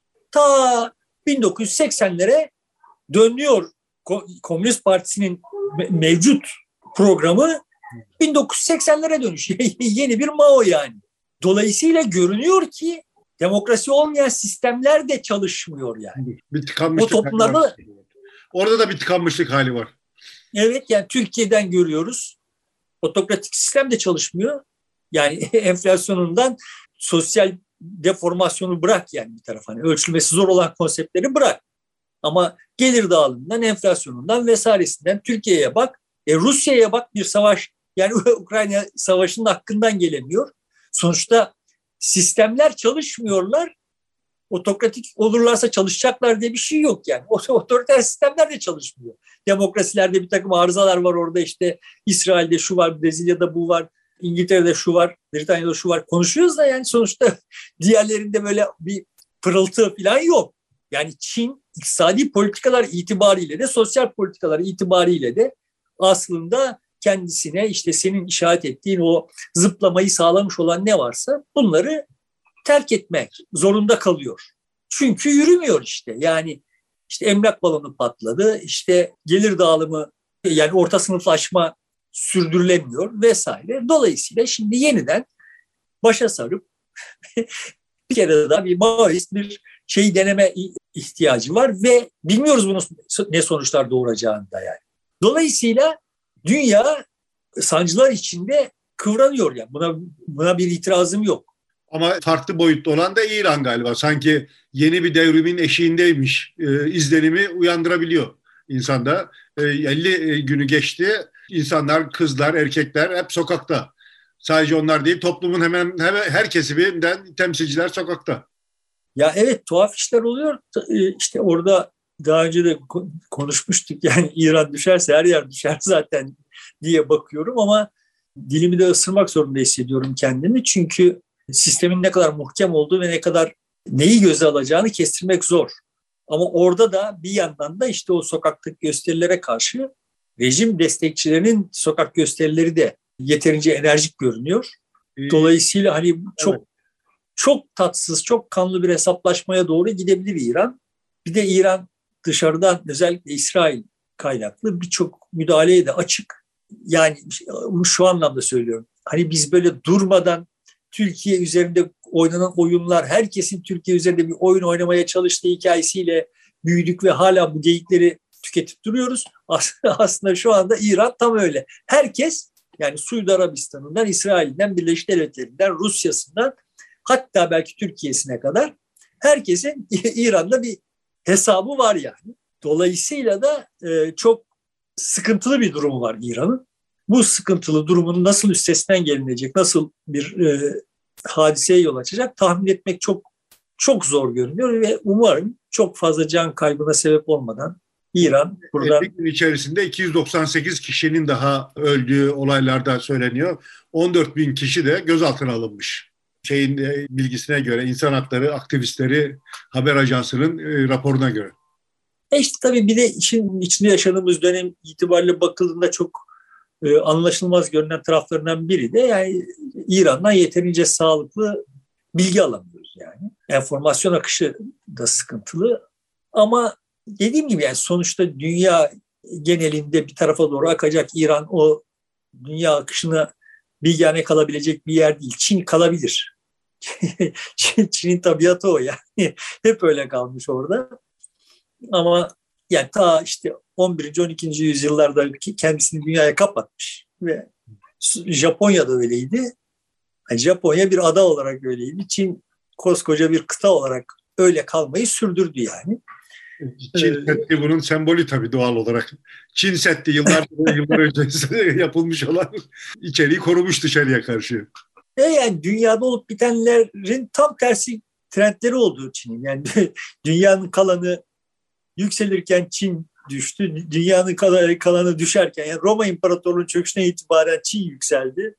ta 1980'lere dönüyor. Komünist Partisi'nin mevcut programı 1980'lere dönüşüyor. Yeni bir Mao yani. Dolayısıyla görünüyor ki demokrasi olmayan sistemler de çalışmıyor yani. Bir tıkanmışlık o toplumlarda var. Orada da bir tıkanmışlık hali var. Evet, yani Türkiye'den görüyoruz. Otokratik sistem de çalışmıyor. Yani enflasyonundan sosyal deformasyonu bırak yani bir tarafa. Hani ölçülmesi zor olan konseptleri bırak. Ama gelir dağılımından, enflasyonundan vesairesinden Türkiye'ye bak. Rusya'ya bak, bir savaş. Yani Ukrayna savaşının hakkından gelemiyor. Sonuçta sistemler çalışmıyorlar. Otokratik olurlarsa çalışacaklar diye bir şey yok yani. Otoriter sistemler de çalışmıyor. Demokrasilerde bir takım arızalar var orada, işte İsrail'de şu var, Brezilya'da bu var, İngiltere'de şu var, Britanya'da şu var. Konuşuyoruz da yani sonuçta diğerlerinde böyle bir pırıltı falan yok. Yani Çin iktisadi politikalar itibariyle de sosyal politikalar itibariyle de aslında kendisine işte senin işaret ettiğin o zıplamayı sağlamış olan ne varsa bunları terk etmek zorunda kalıyor. Çünkü yürümüyor işte. Yani işte emlak balonu patladı, işte gelir dağılımı yani orta sınıflaşma sürdürülemiyor vesaire. Dolayısıyla şimdi yeniden başa sarıp bir kere daha bir Maoist bir şey deneme ihtiyacı var ve bilmiyoruz bunun ne sonuçlar doğuracağını da yani. Dolayısıyla dünya sancılar içinde kıvranıyor yani. Buna bir itirazım yok. Ama farklı boyutlu olan da İran galiba. Sanki yeni bir devrimin eşiğindeymiş izlenimi uyandırabiliyor insanda. 50 günü geçti. İnsanlar, kızlar, erkekler hep sokakta. Sadece onlar değil, toplumun hemen her kesiminden temsilciler sokakta. Ya evet, tuhaf işler oluyor. İşte orada daha önce de konuşmuştuk. Yani İran düşerse her yer düşer zaten diye bakıyorum ama dilimi de ısırmak zorunda hissediyorum kendimi. Çünkü sistemin ne kadar muhkem olduğu ve ne kadar neyi göze alacağını kestirmek zor. Ama orada da bir yandan da işte o sokaktaki gösterilere karşı rejim destekçilerinin sokak gösterileri de yeterince enerjik görünüyor. Dolayısıyla hani çok tatsız, çok kanlı bir hesaplaşmaya doğru gidebilir İran. Bir de İran dışarıdan, özellikle İsrail kaynaklı birçok müdahaleye de açık. Yani şu anlamda söylüyorum. Hani biz böyle durmadan Türkiye üzerinde oynanan oyunlar, herkesin Türkiye üzerinde bir oyun oynamaya çalıştığı hikayesiyle büyüdük ve hala bu geyikleri tüketip duruyoruz. Aslında şu anda İran tam öyle. Herkes, yani Suudi Arabistan'ından, İsrail'den, Birleşik Devletleri'nden, Rusya'sından, hatta belki Türkiye'sine kadar herkesin İran'da bir hesabı var yani. Dolayısıyla da çok sıkıntılı bir durumu var İran'ın. Bu sıkıntılı durumun nasıl üstesinden gelinecek, nasıl bir hadiseye yol açacak tahmin etmek çok zor görünüyor ve umarım çok fazla can kaybına sebep olmadan İran buradan... 50 gün içerisinde 298 kişinin daha öldüğü olaylarda söyleniyor. 14 bin kişi de gözaltına alınmış. Bilgisine göre, insan hakları aktivistleri haber ajansının raporuna göre. İşte tabii bir de işin içinde yaşadığımız dönem itibariyle bakıldığında çok anlaşılmaz görünen taraflarından biri de yani İran'dan yeterince sağlıklı bilgi alamıyoruz yani. Enformasyon akışı da sıkıntılı ama dediğim gibi yani sonuçta dünya genelinde bir tarafa doğru akacak. İran o dünya akışına bilgihane kalabilecek bir yer değil. Çin kalabilir. Çin'in tabiatı o yani. Hep öyle kalmış orada. Ama yani ta işte 11. 12. yüzyıllarda kendisini dünyaya kapatmış ve Japonya'da öyleydi. Yani Japonya bir ada olarak öyleydi. Çin koskoca bir kıta olarak öyle kalmayı sürdürdü yani. Çin Seddi bunun sembolü tabii doğal olarak. Çin Seddi yıllar önce yapılmış olan içeriği korumuş dışarıya karşı. Yani dünyada olup bitenlerin tam tersi trendleri olduğu Çin'in. Yani dünyanın kalanı yükselirken Çin düştü. Dünyanın kalanı düşerken yani Roma İmparatorluğu'nun çöküşüne itibaren Çin yükseldi.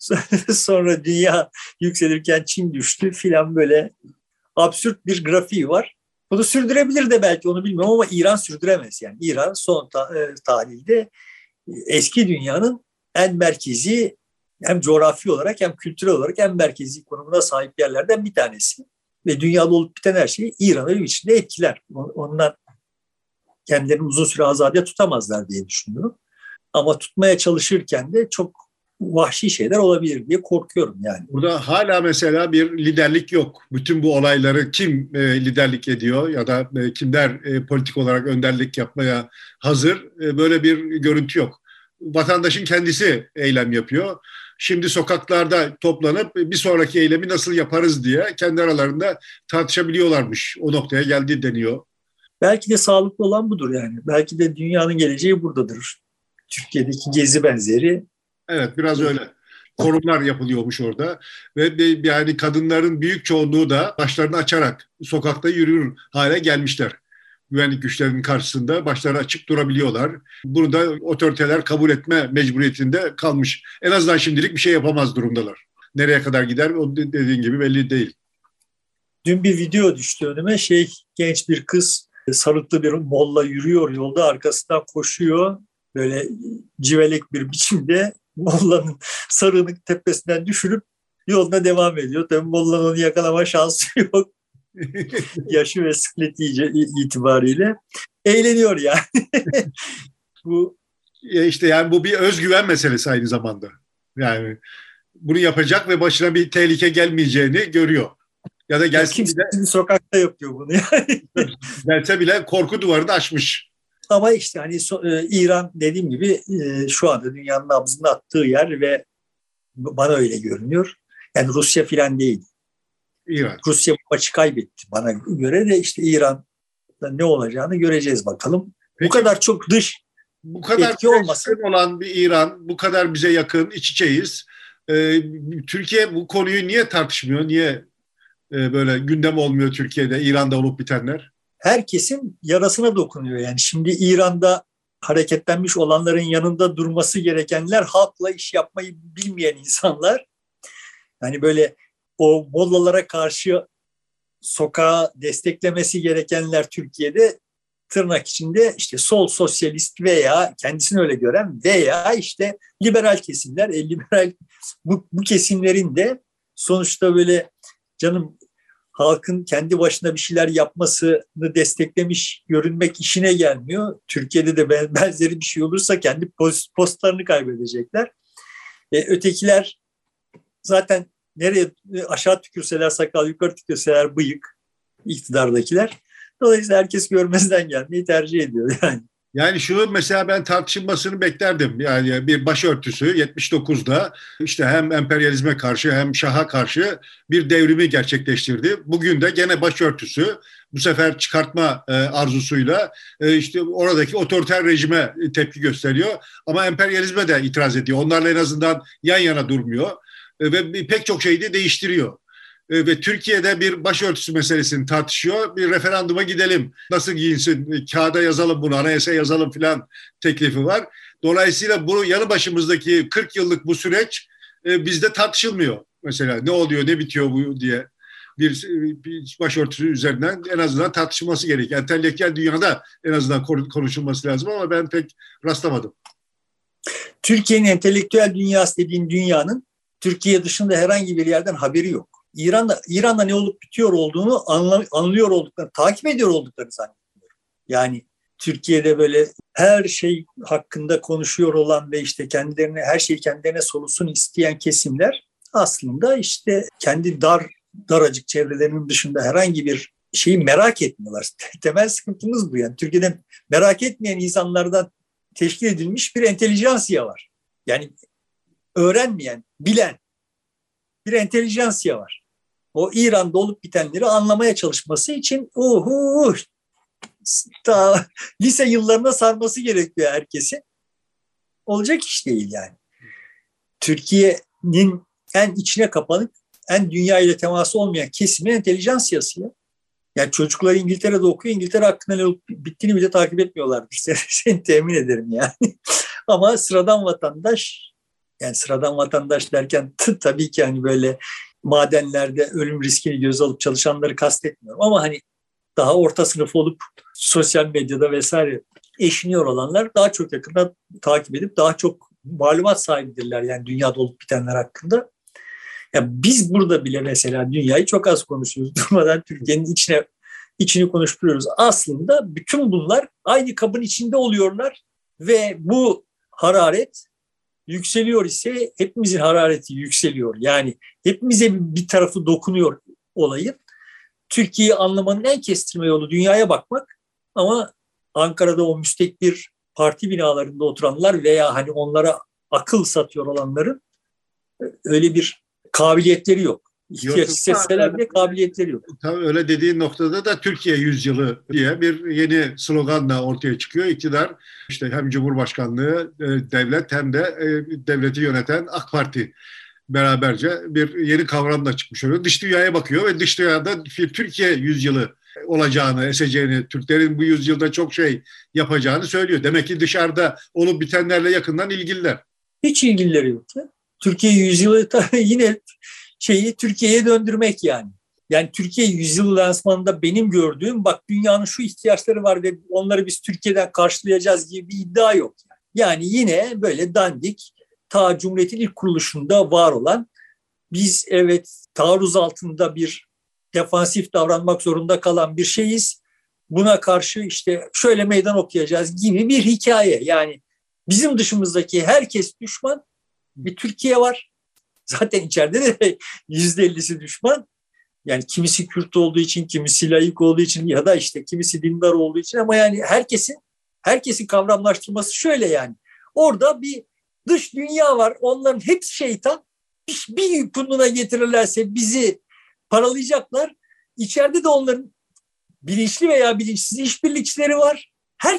Sonra dünya yükselirken Çin düştü filan böyle absürt bir grafiği var. Bunu sürdürebilir de belki onu bilmiyorum ama İran sürdüremez. Yani İran son tarihte eski dünyanın en merkezi hem coğrafi olarak hem kültürel olarak en merkezi konumuna sahip yerlerden bir tanesi. Ve dünyada olup biten her şeyi İran'ı bir biçimde etkiler. Ondan kendilerini uzun süre azade tutamazlar diye düşünüyorum. Ama tutmaya çalışırken de çok vahşi şeyler olabilir diye korkuyorum yani. Burada hala mesela bir liderlik yok. Bütün bu olayları kim liderlik ediyor ya da kimler politik olarak önderlik yapmaya hazır, böyle bir görüntü yok. Vatandaşın kendisi eylem yapıyor. Şimdi sokaklarda toplanıp bir sonraki eylemi nasıl yaparız diye kendi aralarında tartışabiliyorlarmış. O noktaya geldi deniyor. Belki de sağlıklı olan budur yani. Belki de dünyanın geleceği buradadır. Türkiye'deki gezi benzeri. Evet, biraz öyle. Forumlar yapılıyormuş orada ve yani kadınların büyük çoğunluğu da başlarını açarak sokakta yürür hale gelmişler. Güvenlik güçlerinin karşısında başları açık durabiliyorlar. Bunu da otoriteler kabul etme mecburiyetinde kalmış. En azından şimdilik bir şey yapamaz durumdalar. Nereye kadar gider o dediğin gibi belli değil. Dün bir video düştü önüme. Genç bir kız sarıklı bir molla yürüyor yolda, arkasından koşuyor. Böyle civelek bir biçimde mollanın sarığını tepesinden düşürüp yoluna devam ediyor. Tabii mollanın onu yakalama şansı yok. Yaşı ve sikleti itibariyle. Eğleniyor yani. Bu işte yani bu bir özgüven meselesi aynı zamanda. Yani bunu yapacak ve başına bir tehlike gelmeyeceğini görüyor. Ya da gelse bile sokakta yapıyor bunu yani. Gelse bile korku duvarını aşmış. Ama işte hani İran dediğim gibi şu anda dünyanın nabzını attığı yer ve bana öyle görünüyor. Yani Rusya filan değil. İran. Rusya bu maçı kaybetti. Bana göre de işte İran'da ne olacağını göreceğiz bakalım. Peki, bu kadar çok dış etki olmasın. Olan bir İran, bu kadar bize yakın, iç içeyiz. Türkiye bu konuyu niye tartışmıyor? Niye böyle gündem olmuyor Türkiye'de, İran'da olup bitenler? Herkesin yarasına dokunuyor. Yani şimdi İran'da hareketlenmiş olanların yanında durması gerekenler halkla iş yapmayı bilmeyen insanlar. Yani böyle o mollalara karşı sokağa desteklemesi gerekenler Türkiye'de tırnak içinde işte sol sosyalist veya kendisini öyle gören veya işte liberal kesimler, liberal bu kesimlerin de sonuçta böyle canım halkın kendi başına bir şeyler yapmasını desteklemiş görünmek işine gelmiyor. Türkiye'de de benzeri bir şey olursa kendi postlarını kaybedecekler. Ötekiler zaten nereye aşağı tükürseler sakal, yukarı tükürseler bıyık, iktidardakiler. Dolayısıyla herkes görmezden gelmeyi tercih ediyor yani. Yani şunu mesela ben tartışılmasını beklerdim. Yani bir başörtüsü 79'da işte hem emperyalizme karşı hem şaha karşı bir devrimi gerçekleştirdi. Bugün de gene başörtüsü bu sefer çıkartma arzusuyla işte oradaki otoriter rejime tepki gösteriyor. Ama emperyalizme de itiraz ediyor. Onlarla en azından yan yana durmuyor. Ve pek çok şeyi de değiştiriyor. Ve Türkiye'de bir başörtüsü meselesini tartışıyor. Bir referanduma gidelim. Nasıl giyinsin? Kağıda yazalım bunu, anayasaya yazalım filan teklifi var. Dolayısıyla bu yanı başımızdaki 40 yıllık bu süreç bizde tartışılmıyor. Mesela ne oluyor, ne bitiyor bu diye bir başörtüsü üzerinden en azından tartışılması gerekiyor. Entelektüel dünyada en azından konuşulması lazım ama ben pek rastlamadım. Türkiye'nin entelektüel dünyası dediğin dünyanın Türkiye dışında herhangi bir yerden haberi yok. İran'da ne olup bitiyor olduğunu anlıyor olduklarını, takip ediyor olduklarını zannediyorum. Yani Türkiye'de böyle her şey hakkında konuşuyor olan ve işte her şey kendilerine solusun isteyen kesimler aslında işte kendi daracık çevrelerinin dışında herhangi bir şeyi merak etmiyorlar. Temel sıkıntımız bu yani. Türkiye'de merak etmeyen insanlardan teşkil edilmiş bir entelijansiya var. Yani öğrenmeyen, bilen bir entelijansiya var. O İran'da olup bitenleri anlamaya çalışması için ta lise yıllarına sarması gerekiyor herkesi. Olacak iş değil yani. Türkiye'nin en içine kapanık, en dünya ile teması olmayan kesimin entelijansiyası ya. Yani çocuklar İngiltere'de okuyor, İngiltere hakkında ne olup bittiğini bile takip etmiyorlardır. Seni temin ederim yani. Ama sıradan vatandaş, yani sıradan vatandaş derken tabii ki hani böyle madenlerde ölüm riskini göze alıp çalışanları kastetmiyorum. Ama hani daha orta sınıf olup sosyal medyada vesaire eşiniyor olanlar daha çok yakından takip edip daha çok malumat sahibidirler yani dünyada olup bitenler hakkında. Ya biz burada bile mesela dünyayı çok az konuşuyoruz. Durmadan Türkiye'nin içini konuşturuyoruz. Aslında bütün bunlar aynı kabın içinde oluyorlar ve bu hararet yükseliyor ise hepimizin harareti yükseliyor. Yani hepimize bir tarafı dokunuyor olayın. Türkiye'yi anlamanın en kestirme yolu dünyaya bakmak ama Ankara'da o müstekbir parti binalarında oturanlar veya hani onlara akıl satıyor olanların öyle bir kabiliyetleri yok. İhtiyaç hissetseler bile kabiliyetleri yok. Tabii öyle dediğin noktada da Türkiye yüzyılı diye bir yeni sloganla ortaya çıkıyor. İktidar işte hem Cumhurbaşkanlığı, devlet hem de devleti yöneten AK Parti beraberce bir yeni kavramla çıkmış oluyor. Dış dünyaya bakıyor ve dış dünyada Türkiye yüzyılı olacağını, eseceğini, Türklerin bu yüzyılda çok şey yapacağını söylüyor. Demek ki dışarıda olup bitenlerle yakından ilgililer. Hiç ilgileri yok. Türkiye yüzyılı yine Türkiye'ye döndürmek yani. Yani Türkiye yüzyılı lansmanında benim gördüğüm bak dünyanın şu ihtiyaçları var ve onları biz Türkiye'den karşılayacağız gibi bir iddia yok. Yani yine böyle dandik ta Cumhuriyet'in ilk kuruluşunda var olan biz evet taarruz altında bir defansif davranmak zorunda kalan bir şeyiz. Buna karşı işte şöyle meydan okuyacağız gibi bir hikaye. Yani bizim dışımızdaki herkes düşman. Bir Türkiye var. Zaten içeride de %50'si düşman. Yani kimisi Kürt olduğu için, kimisi laik olduğu için ya da işte kimisi dindar olduğu için ama yani herkesin kavramlaştırması şöyle yani. Orada bir dış dünya var. Onların hepsi şeytan. Bir kununa getirirlerse bizi paralayacaklar. İçeride de onların bilinçli veya bilinçsiz işbirlikçileri var.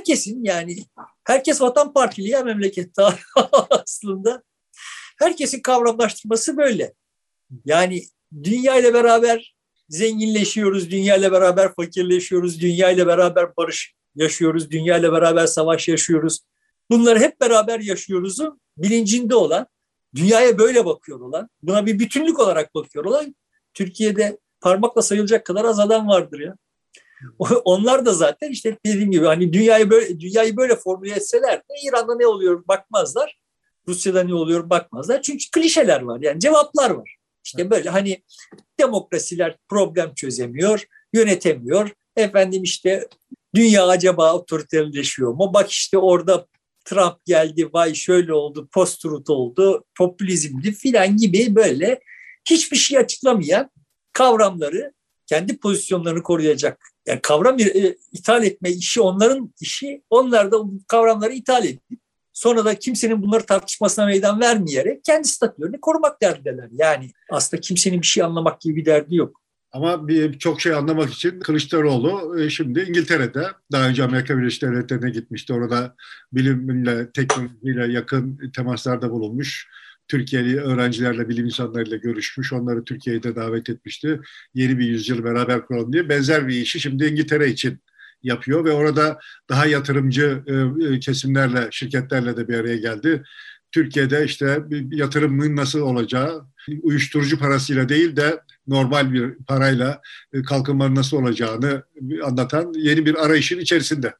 Herkes Vatan Partili ya memlekette aslında. Herkesin kavramlaştırması böyle. Yani dünya ile beraber zenginleşiyoruz, dünya ile beraber fakirleşiyoruz, dünya ile beraber barış yaşıyoruz, dünya ile beraber savaş yaşıyoruz. Bunları hep beraber yaşıyoruz'un bilincinde olan, dünyaya böyle bakıyor olan, buna bir bütünlük olarak bakıyor olan Türkiye'de parmakla sayılacak kadar az adam vardır ya. Onlar da zaten işte dediğim gibi hani dünyayı böyle formüle etseler de İran'da ne oluyor bakmazlar. Rusya'da ne oluyor bakmazlar. Çünkü klişeler var yani cevaplar var. İşte böyle hani demokrasiler problem çözemiyor, yönetemiyor. Efendim işte dünya acaba otoriterleşiyor mu? Bak işte orada Trump geldi, vay şöyle oldu, post-truth oldu, popülizmdi filan gibi böyle hiçbir şey açıklamayan kavramları kendi pozisyonlarını koruyacak. Yani kavram ithal etme işi onların işi. Onlar da bu kavramları ithal edip sonra da kimsenin bunları tartışmasına meydan vermeyerek kendi statülerini korumak derdindeler. Yani aslında kimsenin bir şey anlamak gibi bir derdi yok. Ama çok şey anlamak için Kılıçdaroğlu şimdi İngiltere'de, daha önce Amerika Birleşik Devletleri'ne gitmişti. Orada bilimle, teknolojiyle yakın temaslarda bulunmuş. Türkiye'li öğrencilerle, bilim insanlarıyla görüşmüş. Onları Türkiye'ye de davet etmişti. Yeni bir yüzyıl beraber kuralım diye. Benzer bir işi şimdi İngiltere için yapıyor ve orada daha yatırımcı kesimlerle, şirketlerle de bir araya geldi. Türkiye'de işte yatırımın nasıl olacağı, uyuşturucu parasıyla değil de normal bir parayla kalkınmanın nasıl olacağını anlatan yeni bir arayışın içerisinde.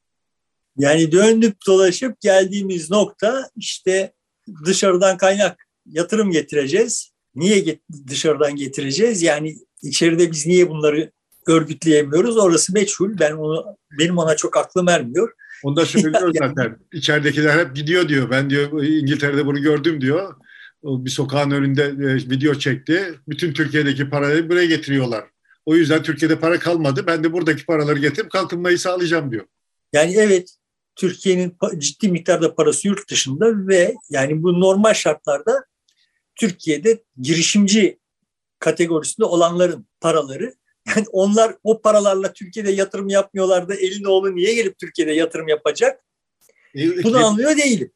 Yani döndük dolaşıp geldiğimiz nokta işte dışarıdan kaynak yatırım getireceğiz. Niye dışarıdan getireceğiz? Yani içeride biz niye bunları örgütleyemiyoruz? Orası meçhul. Benim ona çok aklım ermiyor. Onu da söylüyor zaten. İçeridekiler hep gidiyor diyor. Ben diyor İngiltere'de bunu gördüm diyor. Bir sokağın önünde video çekti. Bütün Türkiye'deki parayı buraya getiriyorlar. O yüzden Türkiye'de para kalmadı. Ben de buradaki paraları getirip kalkınmayı sağlayacağım diyor. Yani evet, Türkiye'nin ciddi miktarda parası yurt dışında ve yani bu normal şartlarda Türkiye'de girişimci kategorisinde olanların paraları, yani onlar o paralarla Türkiye'de yatırım yapmıyorlar da elin oğlu niye gelip Türkiye'de yatırım yapacak? Bunu anlıyor değilim.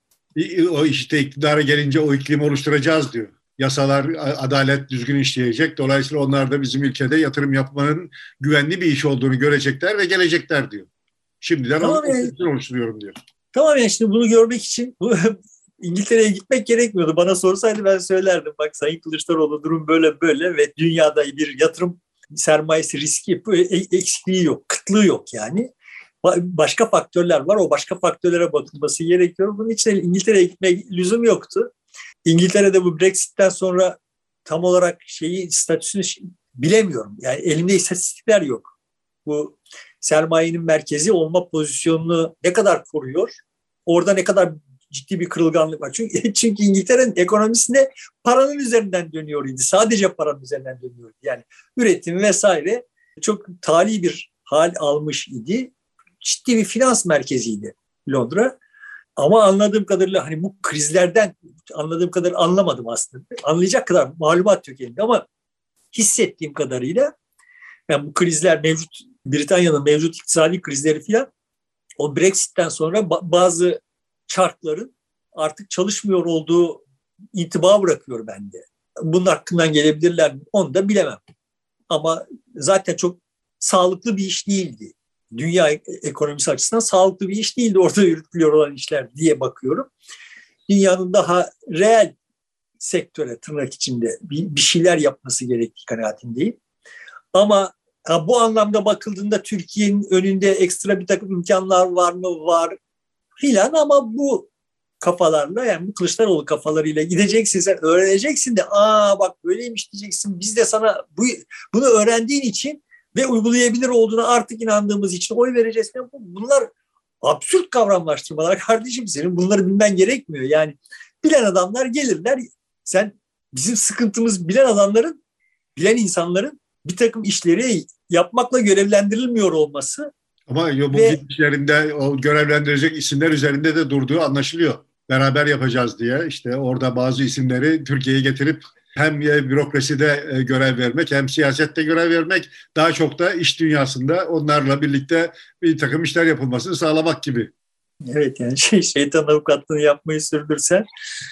O işte iktidara gelince o iklimi oluşturacağız diyor. Yasalar, adalet düzgün işleyecek. Dolayısıyla onlar da bizim ülkede yatırım yapmanın güvenli bir iş olduğunu görecekler ve gelecekler diyor. Şimdiden tamam oluşturuyorum diyor. Tamam yani şimdi bunu görmek için İngiltere'ye gitmek gerekmiyordu. Bana sorsaydı ben söylerdim. Bak Sayın Kılıçdaroğlu durum böyle böyle ve dünyada bir yatırım sermayesi riski eksikliği yok, kıtlığı yok yani. Başka faktörler var. O başka faktörlere bakılması gerekiyor. Bunun için İngiltere'ye gitmek lüzum yoktu. İngiltere'de bu Brexit'ten sonra tam olarak statüsünü bilemiyorum. Yani elimde istatistikler yok. Bu sermayenin merkezi olma pozisyonunu ne kadar koruyor? Orada ne kadar ciddi bir kırılganlık var. Çünkü İngiltere'nin ekonomisinde paranın üzerinden dönüyor idi. Sadece paranın üzerinden dönüyordu. Yani üretim vesaire çok tali bir hal almış idi. Ciddi bir finans merkeziydi Londra. Ama anladığım kadarıyla hani bu krizlerden anladığım kadarıyla anlamadım aslında. Anlayacak kadar malumat yok elinde ama hissettiğim kadarıyla yani bu krizler mevcut, Britanya'nın mevcut iktisadi krizleri filan o Brexit'ten sonra bazı çarkların artık çalışmıyor olduğu intiba bırakıyor bende. Bunun hakkından gelebilirler mi? Onu da bilemem. Ama zaten çok sağlıklı bir iş değildi. Dünya ekonomisi açısından sağlıklı bir iş değildi orada yürütülüyor olan işler diye bakıyorum. Dünyanın daha reel sektöre tırnak içinde bir şeyler yapması gerektiği kanaatindeyim. Ama bu anlamda bakıldığında Türkiye'nin önünde ekstra bir takım imkanlar var mı? Var filan ama bu kafalarla yani bu Kılıçdaroğlu kafalarıyla gideceksin sen öğreneceksin de bak böyleymiş diyeceksin. Biz de sana bunu öğrendiğin için ve uygulayabilir olduğuna artık inandığımız için oy vereceğiz. Bunlar absürt kavramlaştırmalar kardeşim, senin bunları bilmen gerekmiyor. Yani bilen adamlar gelirler. Sen bizim sıkıntımız bilen insanların bir takım işleri yapmakla görevlendirilmiyor olması. Ama bu gidişlerinde o görevlendirecek isimler üzerinde de durduğu anlaşılıyor. Beraber yapacağız diye işte orada bazı isimleri Türkiye'ye getirip hem bürokraside görev vermek hem siyasette görev vermek, daha çok da iş dünyasında onlarla birlikte bir takım işler yapılmasını sağlamak gibi. Evet yani şeytan avukatlığını yapmayı sürdürsen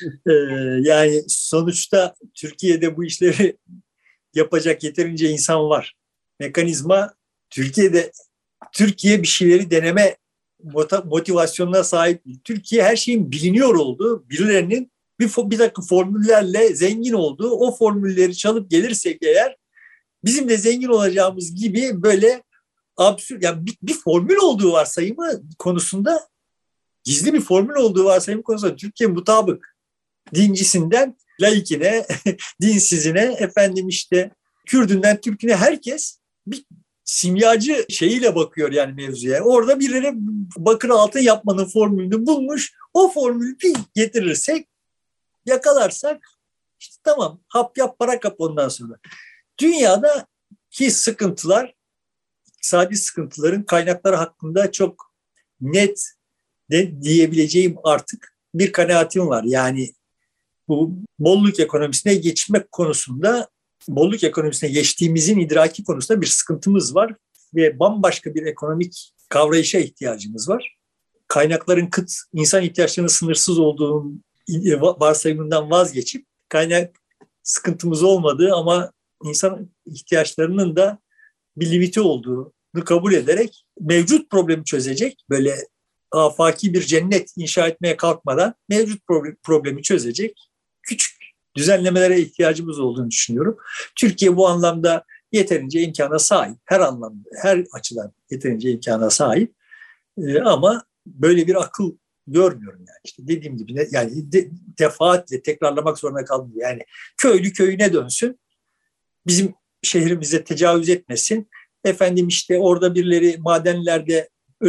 yani sonuçta Türkiye'de bu işleri yapacak yeterince insan var. Mekanizma Türkiye bir şeyleri deneme motivasyonuna sahip değil. Türkiye her şeyin biliniyor olduğu, birilerinin bir takım formüllerle zengin olduğu, o formülleri çalıp gelirsek eğer bizim de zengin olacağımız gibi böyle absürt, yani bir formül olduğu varsayımı konusunda, gizli bir formül olduğu varsayımı konusunda Türkiye mutabık. Dincisinden laikine, dinsizine, efendim işte Kürdünden Türküne herkes bir simyacı şeyiyle bakıyor yani mevzuya. Orada birileri bakır altın yapmanın formülünü bulmuş. O formülü bir getirirsek, yakalarsak işte tamam, hap yap para kap ondan sonra. Dünyada Ki sıkıntılar, iktisadi sıkıntıların kaynakları hakkında çok net diyebileceğim artık bir kanaatim var. Yani bu bolluk ekonomisine geçmek konusunda, bolluk ekonomisine geçtiğimizin idraki konusunda bir sıkıntımız var ve bambaşka bir ekonomik kavrayışa ihtiyacımız var. Kaynakların kıt, insan ihtiyaçlarının sınırsız olduğu varsayımından vazgeçip kaynak sıkıntımız olmadığı ama insan ihtiyaçlarının da bir limiti olduğunu kabul ederek mevcut problemi çözecek, böyle afaki bir cennet inşa etmeye kalkmadan mevcut problemi çözecek küçük düzenlemelere ihtiyacımız olduğunu düşünüyorum. Türkiye bu anlamda yeterince imkana sahip. Her anlamda, her açıdan yeterince imkana sahip. Ama böyle bir akıl görmüyorum yani. İşte dediğim gibi yani defaatle tekrarlamak zorunda kaldım. Yani köylü köyüne dönsün. Bizim şehrimize tecavüz etmesin. Efendim işte orada birileri madenlerde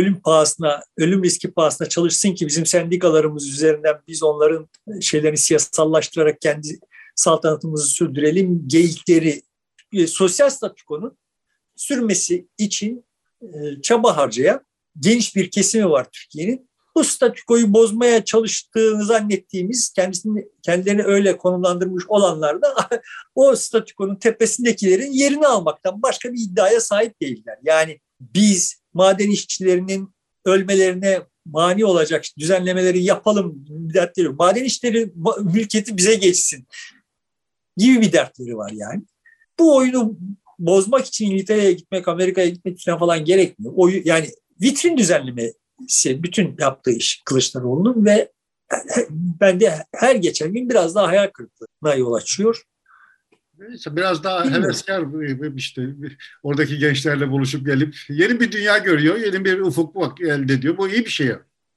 ölüm riski pahasına çalışsın ki bizim sendikalarımız üzerinden biz onların şeylerini siyasallaştırarak kendi saltanatımızı sürdürelim. Geyikleri, sosyal statükonun sürmesi için çaba harcayan geniş bir kesimi var Türkiye'nin. Bu statükoyu bozmaya çalıştığını zannettiğimiz, kendilerini öyle konumlandırmış olanlar da o statükonun tepesindekilerin yerini almaktan başka bir iddiaya sahip değiller. Yani biz maden işçilerinin ölmelerine mani olacak düzenlemeleri yapalım dertleri yok. Maden işçileri mülkiyeti bize geçsin gibi bir dertleri var yani. Bu oyunu bozmak için İngiltere'ye gitmek, Amerika'ya gitmek falan gerekmiyor. Yani vitrin düzenlemesi bütün yaptığı iş Kılıçdaroğlu'nun ve bende her geçen gün biraz daha hayal kırıklığına yol açıyor. Neyse, biraz daha heveskar işte oradaki gençlerle buluşup gelip yeni bir dünya görüyor, yeni bir ufuk elde ediyor. Bu iyi bir şey.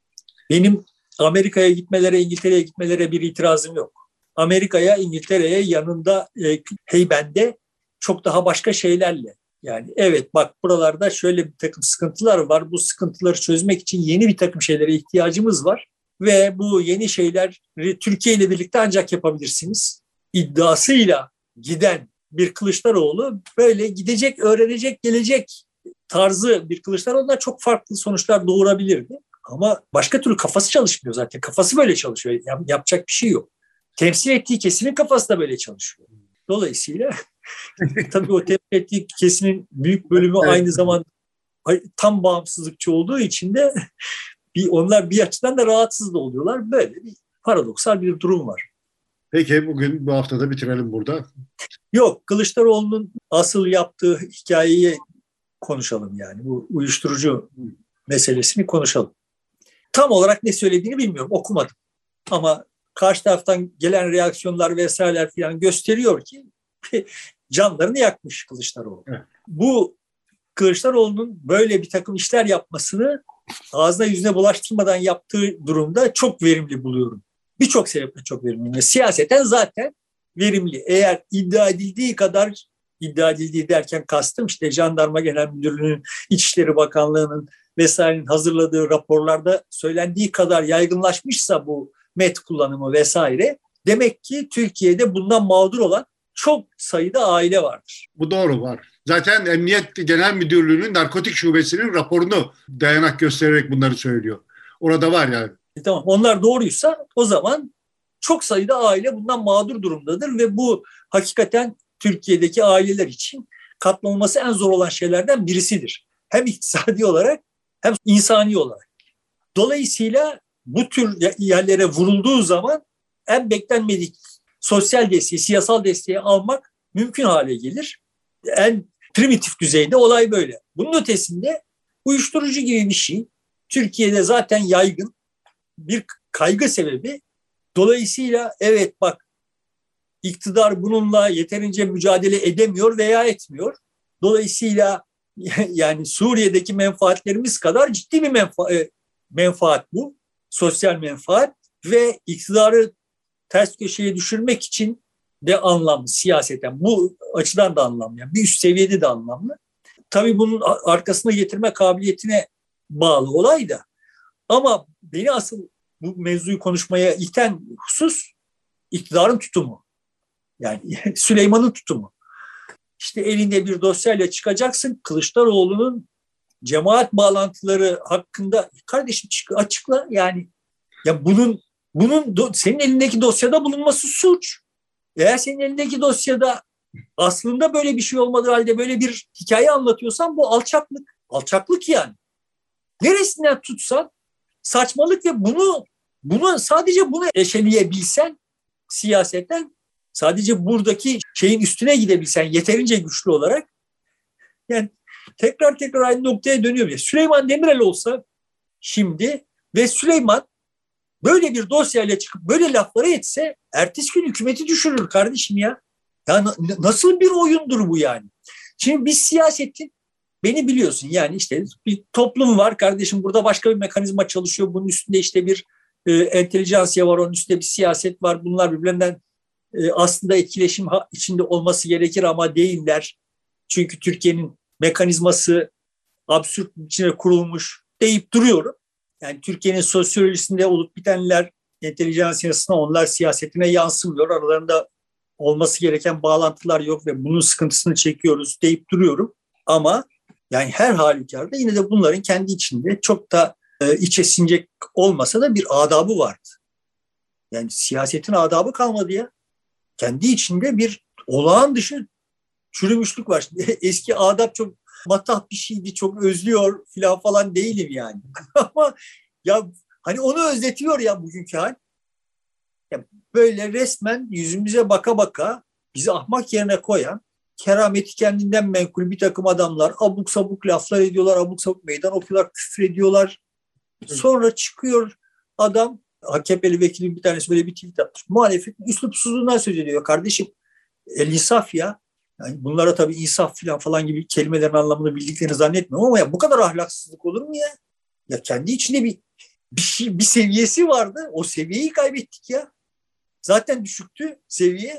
Benim Amerika'ya gitmelere, İngiltere'ye gitmelere bir itirazım yok. Amerika'ya, İngiltere'ye yanında heybende çok daha başka şeylerle. Yani evet bak buralarda şöyle bir takım sıkıntılar var. Bu sıkıntıları çözmek için yeni bir takım şeylere ihtiyacımız var. Ve bu yeni şeyleri Türkiye ile birlikte ancak yapabilirsiniz. İddiasıyla giden bir Kılıçdaroğlu böyle gidecek, öğrenecek, gelecek tarzı bir Kılıçdaroğlu'ndan çok farklı sonuçlar doğurabilirdi. Ama başka türlü kafası çalışmıyor zaten. Kafası böyle çalışıyor. Yapacak bir şey yok. Temsil ettiği kesimin kafası da böyle çalışıyor. Dolayısıyla tabii o temsil ettiği kesimin büyük bölümü aynı zamanda tam bağımsızlıkçı olduğu için de onlar bir açıdan da rahatsız da oluyorlar. Böyle bir paradoksal bir durum var. Peki bugün bu haftada bitirelim burada. Yok, Kılıçdaroğlu'nun asıl yaptığı hikayeyi konuşalım yani. Bu uyuşturucu meselesini konuşalım. Tam olarak ne söylediğini bilmiyorum, okumadım. Ama karşı taraftan gelen reaksiyonlar vesaireler falan gösteriyor ki canlarını yakmış Kılıçdaroğlu. Evet. Bu Kılıçdaroğlu'nun böyle bir takım işler yapmasını ağzına yüzüne bulaştırmadan yaptığı durumda çok verimli buluyorum. Birçok sebeple çok verimli. Siyaseten zaten verimli. Eğer iddia edildiği kadar, iddia edildiği derken kastım işte Jandarma Genel Müdürlüğü'nün, İçişleri Bakanlığı'nın vesairenin hazırladığı raporlarda söylendiği kadar yaygınlaşmışsa bu met kullanımı vesaire, demek ki Türkiye'de bundan mağdur olan çok sayıda aile vardır. Bu doğru, var. Zaten Emniyet Genel Müdürlüğü'nün narkotik şubesinin raporunu dayanak göstererek bunları söylüyor. Orada var yani. Tamam, onlar doğruysa o zaman çok sayıda aile bundan mağdur durumdadır ve bu hakikaten Türkiye'deki aileler için katlanılması en zor olan şeylerden birisidir. Hem iktisadi olarak hem insani olarak. Dolayısıyla bu tür yerlere vurulduğu zaman en beklenmedik sosyal desteği, siyasal desteği almak mümkün hale gelir. En primitif düzeyde olay böyle. Bunun ötesinde uyuşturucu gibi bir şey Türkiye'de zaten yaygın bir kaygı sebebi. Dolayısıyla evet bak, iktidar bununla yeterince mücadele edemiyor veya etmiyor. Dolayısıyla yani Suriye'deki menfaatlerimiz kadar ciddi bir menfaat bu. Sosyal menfaat ve iktidarı ters köşeye düşürmek için de anlamlı siyaseten. Bu açıdan da anlamlı. Yani bir üst seviyede de anlamlı. Tabii bunun arkasına getirme kabiliyetine bağlı olay da. Ama beni asıl bu mevzuyu konuşmaya iten husus iktidarın tutumu. Yani Süleyman'ın tutumu. işte elinde bir dosyayla çıkacaksın. Kılıçdaroğlu'nun cemaat bağlantıları hakkında kardeşim açıkla yani. Ya bunun senin elindeki dosyada bulunması suç. Eğer senin elindeki dosyada aslında böyle bir şey olmadığı halde böyle bir hikaye anlatıyorsan bu alçaklık. Alçaklık yani. Neresinden tutsan saçmalık ve sadece bunu eşeleyebilsen siyasetten, sadece buradaki şeyin üstüne gidebilsen yeterince güçlü olarak, yani tekrar aynı noktaya dönüyor. Süleyman Demirel olsa şimdi ve Süleyman böyle bir dosyayla çıkıp böyle lafları etse ertesi gün hükümeti düşürür kardeşim ya. Ya nasıl bir oyundur bu yani? Şimdi biz siyasetin, beni biliyorsun yani, işte bir toplum var kardeşim, burada başka bir mekanizma çalışıyor. Bunun üstünde işte bir entelijansiya var, onun üstünde bir siyaset var. Bunlar birbirlerinden aslında etkileşim içinde olması gerekir ama değiller. Çünkü Türkiye'nin mekanizması absürt içine kurulmuş deyip duruyorum. Yani Türkiye'nin sosyolojisinde olup bitenler entelijansiyasına, onlar siyasetine yansımıyor. Aralarında olması gereken bağlantılar yok ve bunun sıkıntısını çekiyoruz deyip duruyorum. Ama yani her halükarda yine de bunların kendi içinde çok da içe sinecek olmasa da bir adabı vardı. Yani siyasetin adabı kalmadı ya. Kendi içinde bir olağan dışı çürümüşlük var. Eski adap çok matah bir şeydi, çok özlüyor falan değilim yani. Ama ya hani onu özletiyor ya bugünkü hal. Ya böyle resmen yüzümüze baka baka bizi ahmak yerine koyan, kerameti kendinden menkul bir takım adamlar abuk sabuk laflar ediyorlar, abuk sabuk meydan okuyorlar, küfür ediyorlar. Sonra çıkıyor adam, AKP'li vekilin bir tanesi böyle bir tweet atmış. Muhalefetin üslupsuzluğundan söz ediyor. Kardeşim el insaf ya. Yani bunlara tabii insaf falan gibi kelimelerin anlamını bildiklerini zannetmiyorum ama ya bu kadar ahlaksızlık olur mu ya? Ya kendi içinde bir seviyesi vardı. O seviyeyi kaybettik ya. Zaten düşüktü seviye.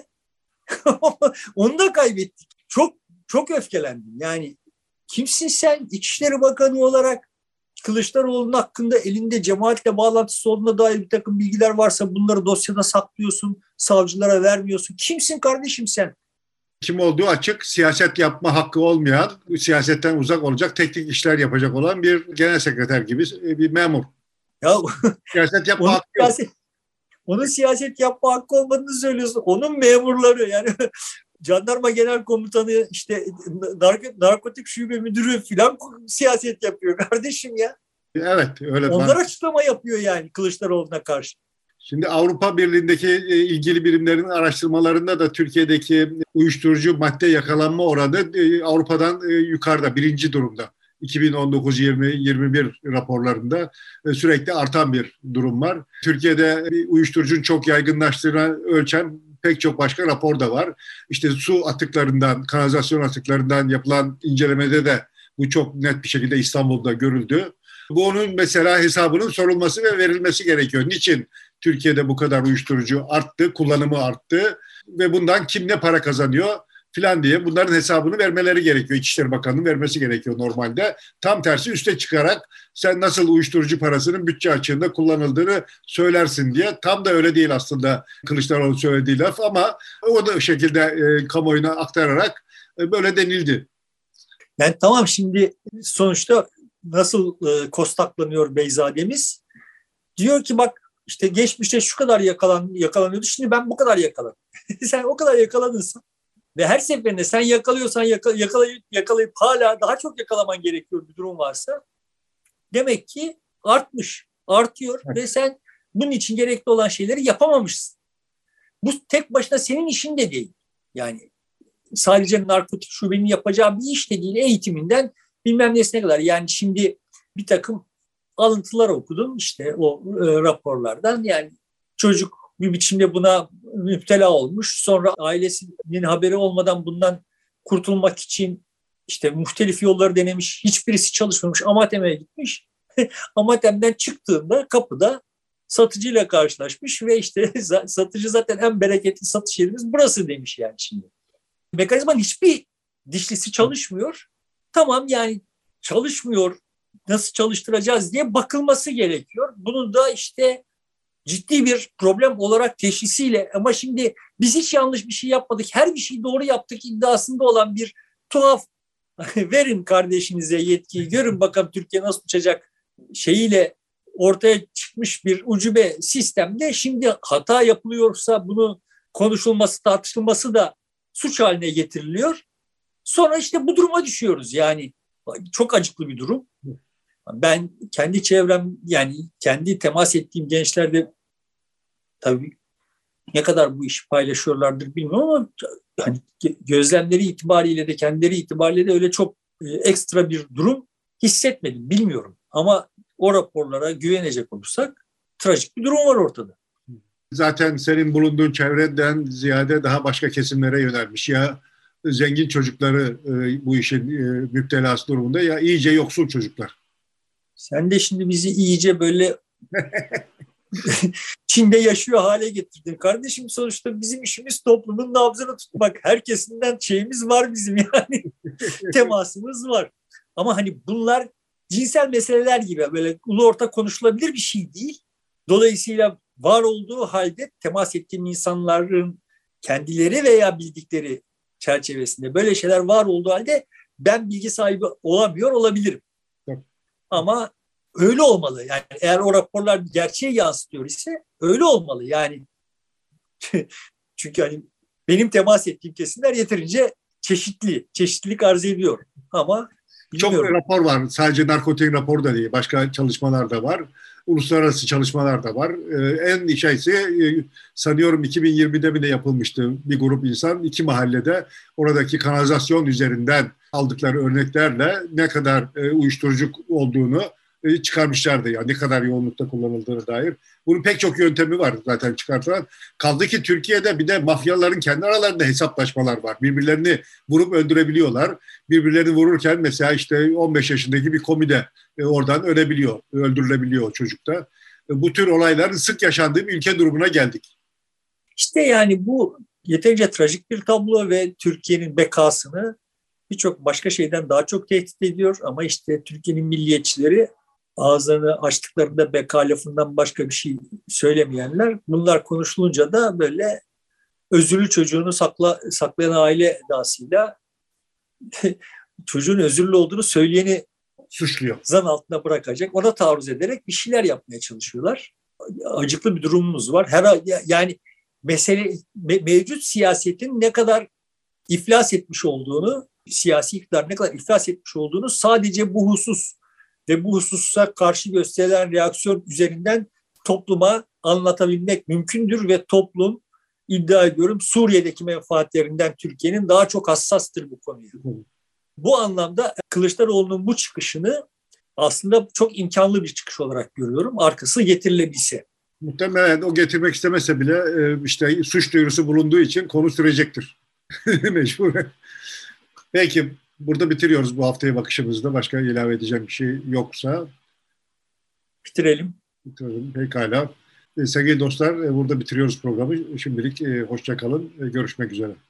Onu da kaybettik. Çok öfkelendim. Yani kimsin sen? İçişleri Bakanı olarak Kılıçdaroğlu'nun hakkında elinde cemaatle bağlantısı olduğuna dair bir takım bilgiler varsa bunları dosyada saklıyorsun, savcılara vermiyorsun. Kimsin kardeşim sen? Kim olduğu açık, siyaset yapma hakkı olmayan, siyasetten uzak olacak, teknik işler yapacak olan bir genel sekreter gibi bir memur. Ya siyaset yapma hakkı yok. Onun siyaset yapma hakkı olmadığını söylüyorsun. Onun memurları yani Jandarma Genel Komutanı, işte narkotik şube müdürü falan siyaset yapıyor kardeşim ya. Evet, öyle. Onlar açıklama yapıyor yani Kılıçdaroğlu'na karşı. Şimdi Avrupa Birliği'ndeki ilgili birimlerin araştırmalarında da Türkiye'deki uyuşturucu madde yakalanma oranı Avrupa'dan yukarıda, birinci durumda. 2019-2021 raporlarında sürekli artan bir durum var. Türkiye'de uyuşturucunun çok yaygınlaştığını ölçen pek çok başka rapor da var. İşte su atıklarından, kanalizasyon atıklarından yapılan incelemede de bu çok net bir şekilde İstanbul'da görüldü. Bunun mesela hesabının sorulması ve verilmesi gerekiyor. Niçin Türkiye'de bu kadar uyuşturucu arttı, kullanımı arttı ve bundan kim ne para kazanıyor filan diye bunların hesabını vermeleri gerekiyor. İçişleri Bakanı'nın vermesi gerekiyor normalde. Tam tersi üste çıkarak sen nasıl uyuşturucu parasının bütçe açığında kullanıldığını söylersin diye. Tam da öyle değil aslında Kılıçdaroğlu söylediği laf ama o da şekilde kamuoyuna aktararak böyle denildi. Yani tamam, şimdi sonuçta nasıl kostaklanıyor Beyzademiz? Diyor ki bak işte geçmişte şu kadar yakalanıyordu, şimdi ben bu kadar yakaladım. Sen o kadar yakaladınsa ve her seferinde sen yakalıyorsan yakalayıp hala daha çok yakalaman gerekiyor bir durum varsa demek ki artıyor ve sen bunun için gerekli olan şeyleri yapamamışsın. Bu tek başına senin işin de değil. Yani sadece narkotik şubenin yapacağı bir iş de değil, eğitiminden bilmem nesine kadar. Yani şimdi bir takım alıntılar okudum işte o raporlardan. Yani çocuk bir biçimde buna müptela olmuş. Sonra ailesinin haberi olmadan bundan kurtulmak için işte muhtelif yolları denemiş. Hiçbirisi çalışmamış. Amatem'e gitmiş. Amatem'den çıktığında kapıda satıcıyla karşılaşmış ve işte satıcı zaten en bereketli satış yerimiz burası demiş yani şimdi. Mekanizmanın hiçbir dişlisi çalışmıyor. Tamam yani çalışmıyor. Nasıl çalıştıracağız diye bakılması gerekiyor. Bunun da işte ciddi bir problem olarak teşhisiyle, ama şimdi biz hiç yanlış bir şey yapmadık, her bir şeyi doğru yaptık iddiasında olan bir tuhaf verin kardeşinize yetkiyi, görün bakalım Türkiye nasıl uçacak şeyiyle ortaya çıkmış bir ucube sistemde şimdi hata yapılıyorsa bunu konuşulması, tartışılması da suç haline getiriliyor. Sonra işte bu duruma düşüyoruz. Yani çok acıklı bir durum. Ben kendi çevrem, yani kendi temas ettiğim gençlerde tabii ne kadar bu işi paylaşıyorlardır bilmiyorum ama hani gözlemleri itibariyle de kendileri itibariyle de öyle çok ekstra bir durum hissetmedim, bilmiyorum. Ama o raporlara güvenecek olursak trajik bir durum var ortada. Zaten senin bulunduğun çevreden ziyade daha başka kesimlere yönelmiş. Ya zengin çocukları bu işin müptelası durumunda ya iyice yoksul çocuklar. Sen de şimdi bizi iyice böyle Çin'de yaşıyor hale getirdin. Kardeşim sonuçta bizim işimiz toplumun nabzını tutmak. Herkesinden şeyimiz var bizim yani. Temasımız var. Ama hani bunlar cinsel meseleler gibi böyle ulu orta konuşulabilir bir şey değil. Dolayısıyla var olduğu halde temas ettiğim insanların kendileri veya bildikleri çerçevesinde böyle şeyler var olduğu halde ben bilgi sahibi olamıyor olabilirim. Ama öyle olmalı. Yani eğer o raporlar gerçeği yansıtıyor ise öyle olmalı. Yani çünkü hani benim temas ettiğim kesimler yeterince çeşitlilik arz ediyor. Ama bilmiyorum. Çok rapor var. Sadece narkotik raporu da değil. Başka çalışmalar da var. Uluslararası çalışmalar da var. En şeysi sanıyorum 2020'de bile yapılmıştı. Bir grup insan 2 mahallede oradaki kanalizasyon üzerinden aldıkları örneklerle ne kadar uyuşturucu olduğunu çıkarmışlardı. Yani ne kadar yoğunlukta kullanıldığına dair. Bunun pek çok yöntemi var zaten çıkartılan. Kaldı ki Türkiye'de bir de mafyaların kendi aralarında hesaplaşmalar var. Birbirlerini vurup öldürebiliyorlar. Birbirlerini vururken mesela işte 15 yaşındaki bir komide oradan ölebiliyor, öldürülebiliyor çocukta. Bu tür olayların sık yaşandığı bir ülke durumuna geldik. İşte yani bu yeterince trajik bir tablo ve Türkiye'nin bekasını birçok başka şeyden daha çok tehdit ediyor. Ama işte Türkiye'nin milliyetçileri ağızlarını açtıklarında beka lafından başka bir şey söylemeyenler, bunlar konuşulunca da böyle özürlü çocuğunu saklayan aile edasıyla çocuğun özürlü olduğunu söyleyeni suçluyor. Zan altına bırakacak, ona taarruz ederek bir şeyler yapmaya çalışıyorlar. Acıklı bir durumumuz var. Yani mevcut siyasetin ne kadar iflas etmiş olduğunu, siyasi iktidar ne kadar iflas etmiş olduğunu sadece bu husus ve bu hususa karşı gösterilen reaksiyon üzerinden topluma anlatabilmek mümkündür ve toplum, iddia ediyorum, Suriye'deki menfaatlerinden Türkiye'nin daha çok hassastır bu konuya. Bu anlamda Kılıçdaroğlu'nun bu çıkışını aslında çok imkanlı bir çıkış olarak görüyorum. Arkası getirilebilse. Muhtemelen o getirmek istemese bile işte suç duyurusu bulunduğu için konu sürecektir. Mecburen. Peki burada bitiriyoruz bu haftaya bakışımızda. Başka ilave edeceğim bir şey yoksa. Bitirelim. Pekala. Sevgili dostlar burada bitiriyoruz programı. Şimdilik hoşça kalın. Görüşmek üzere.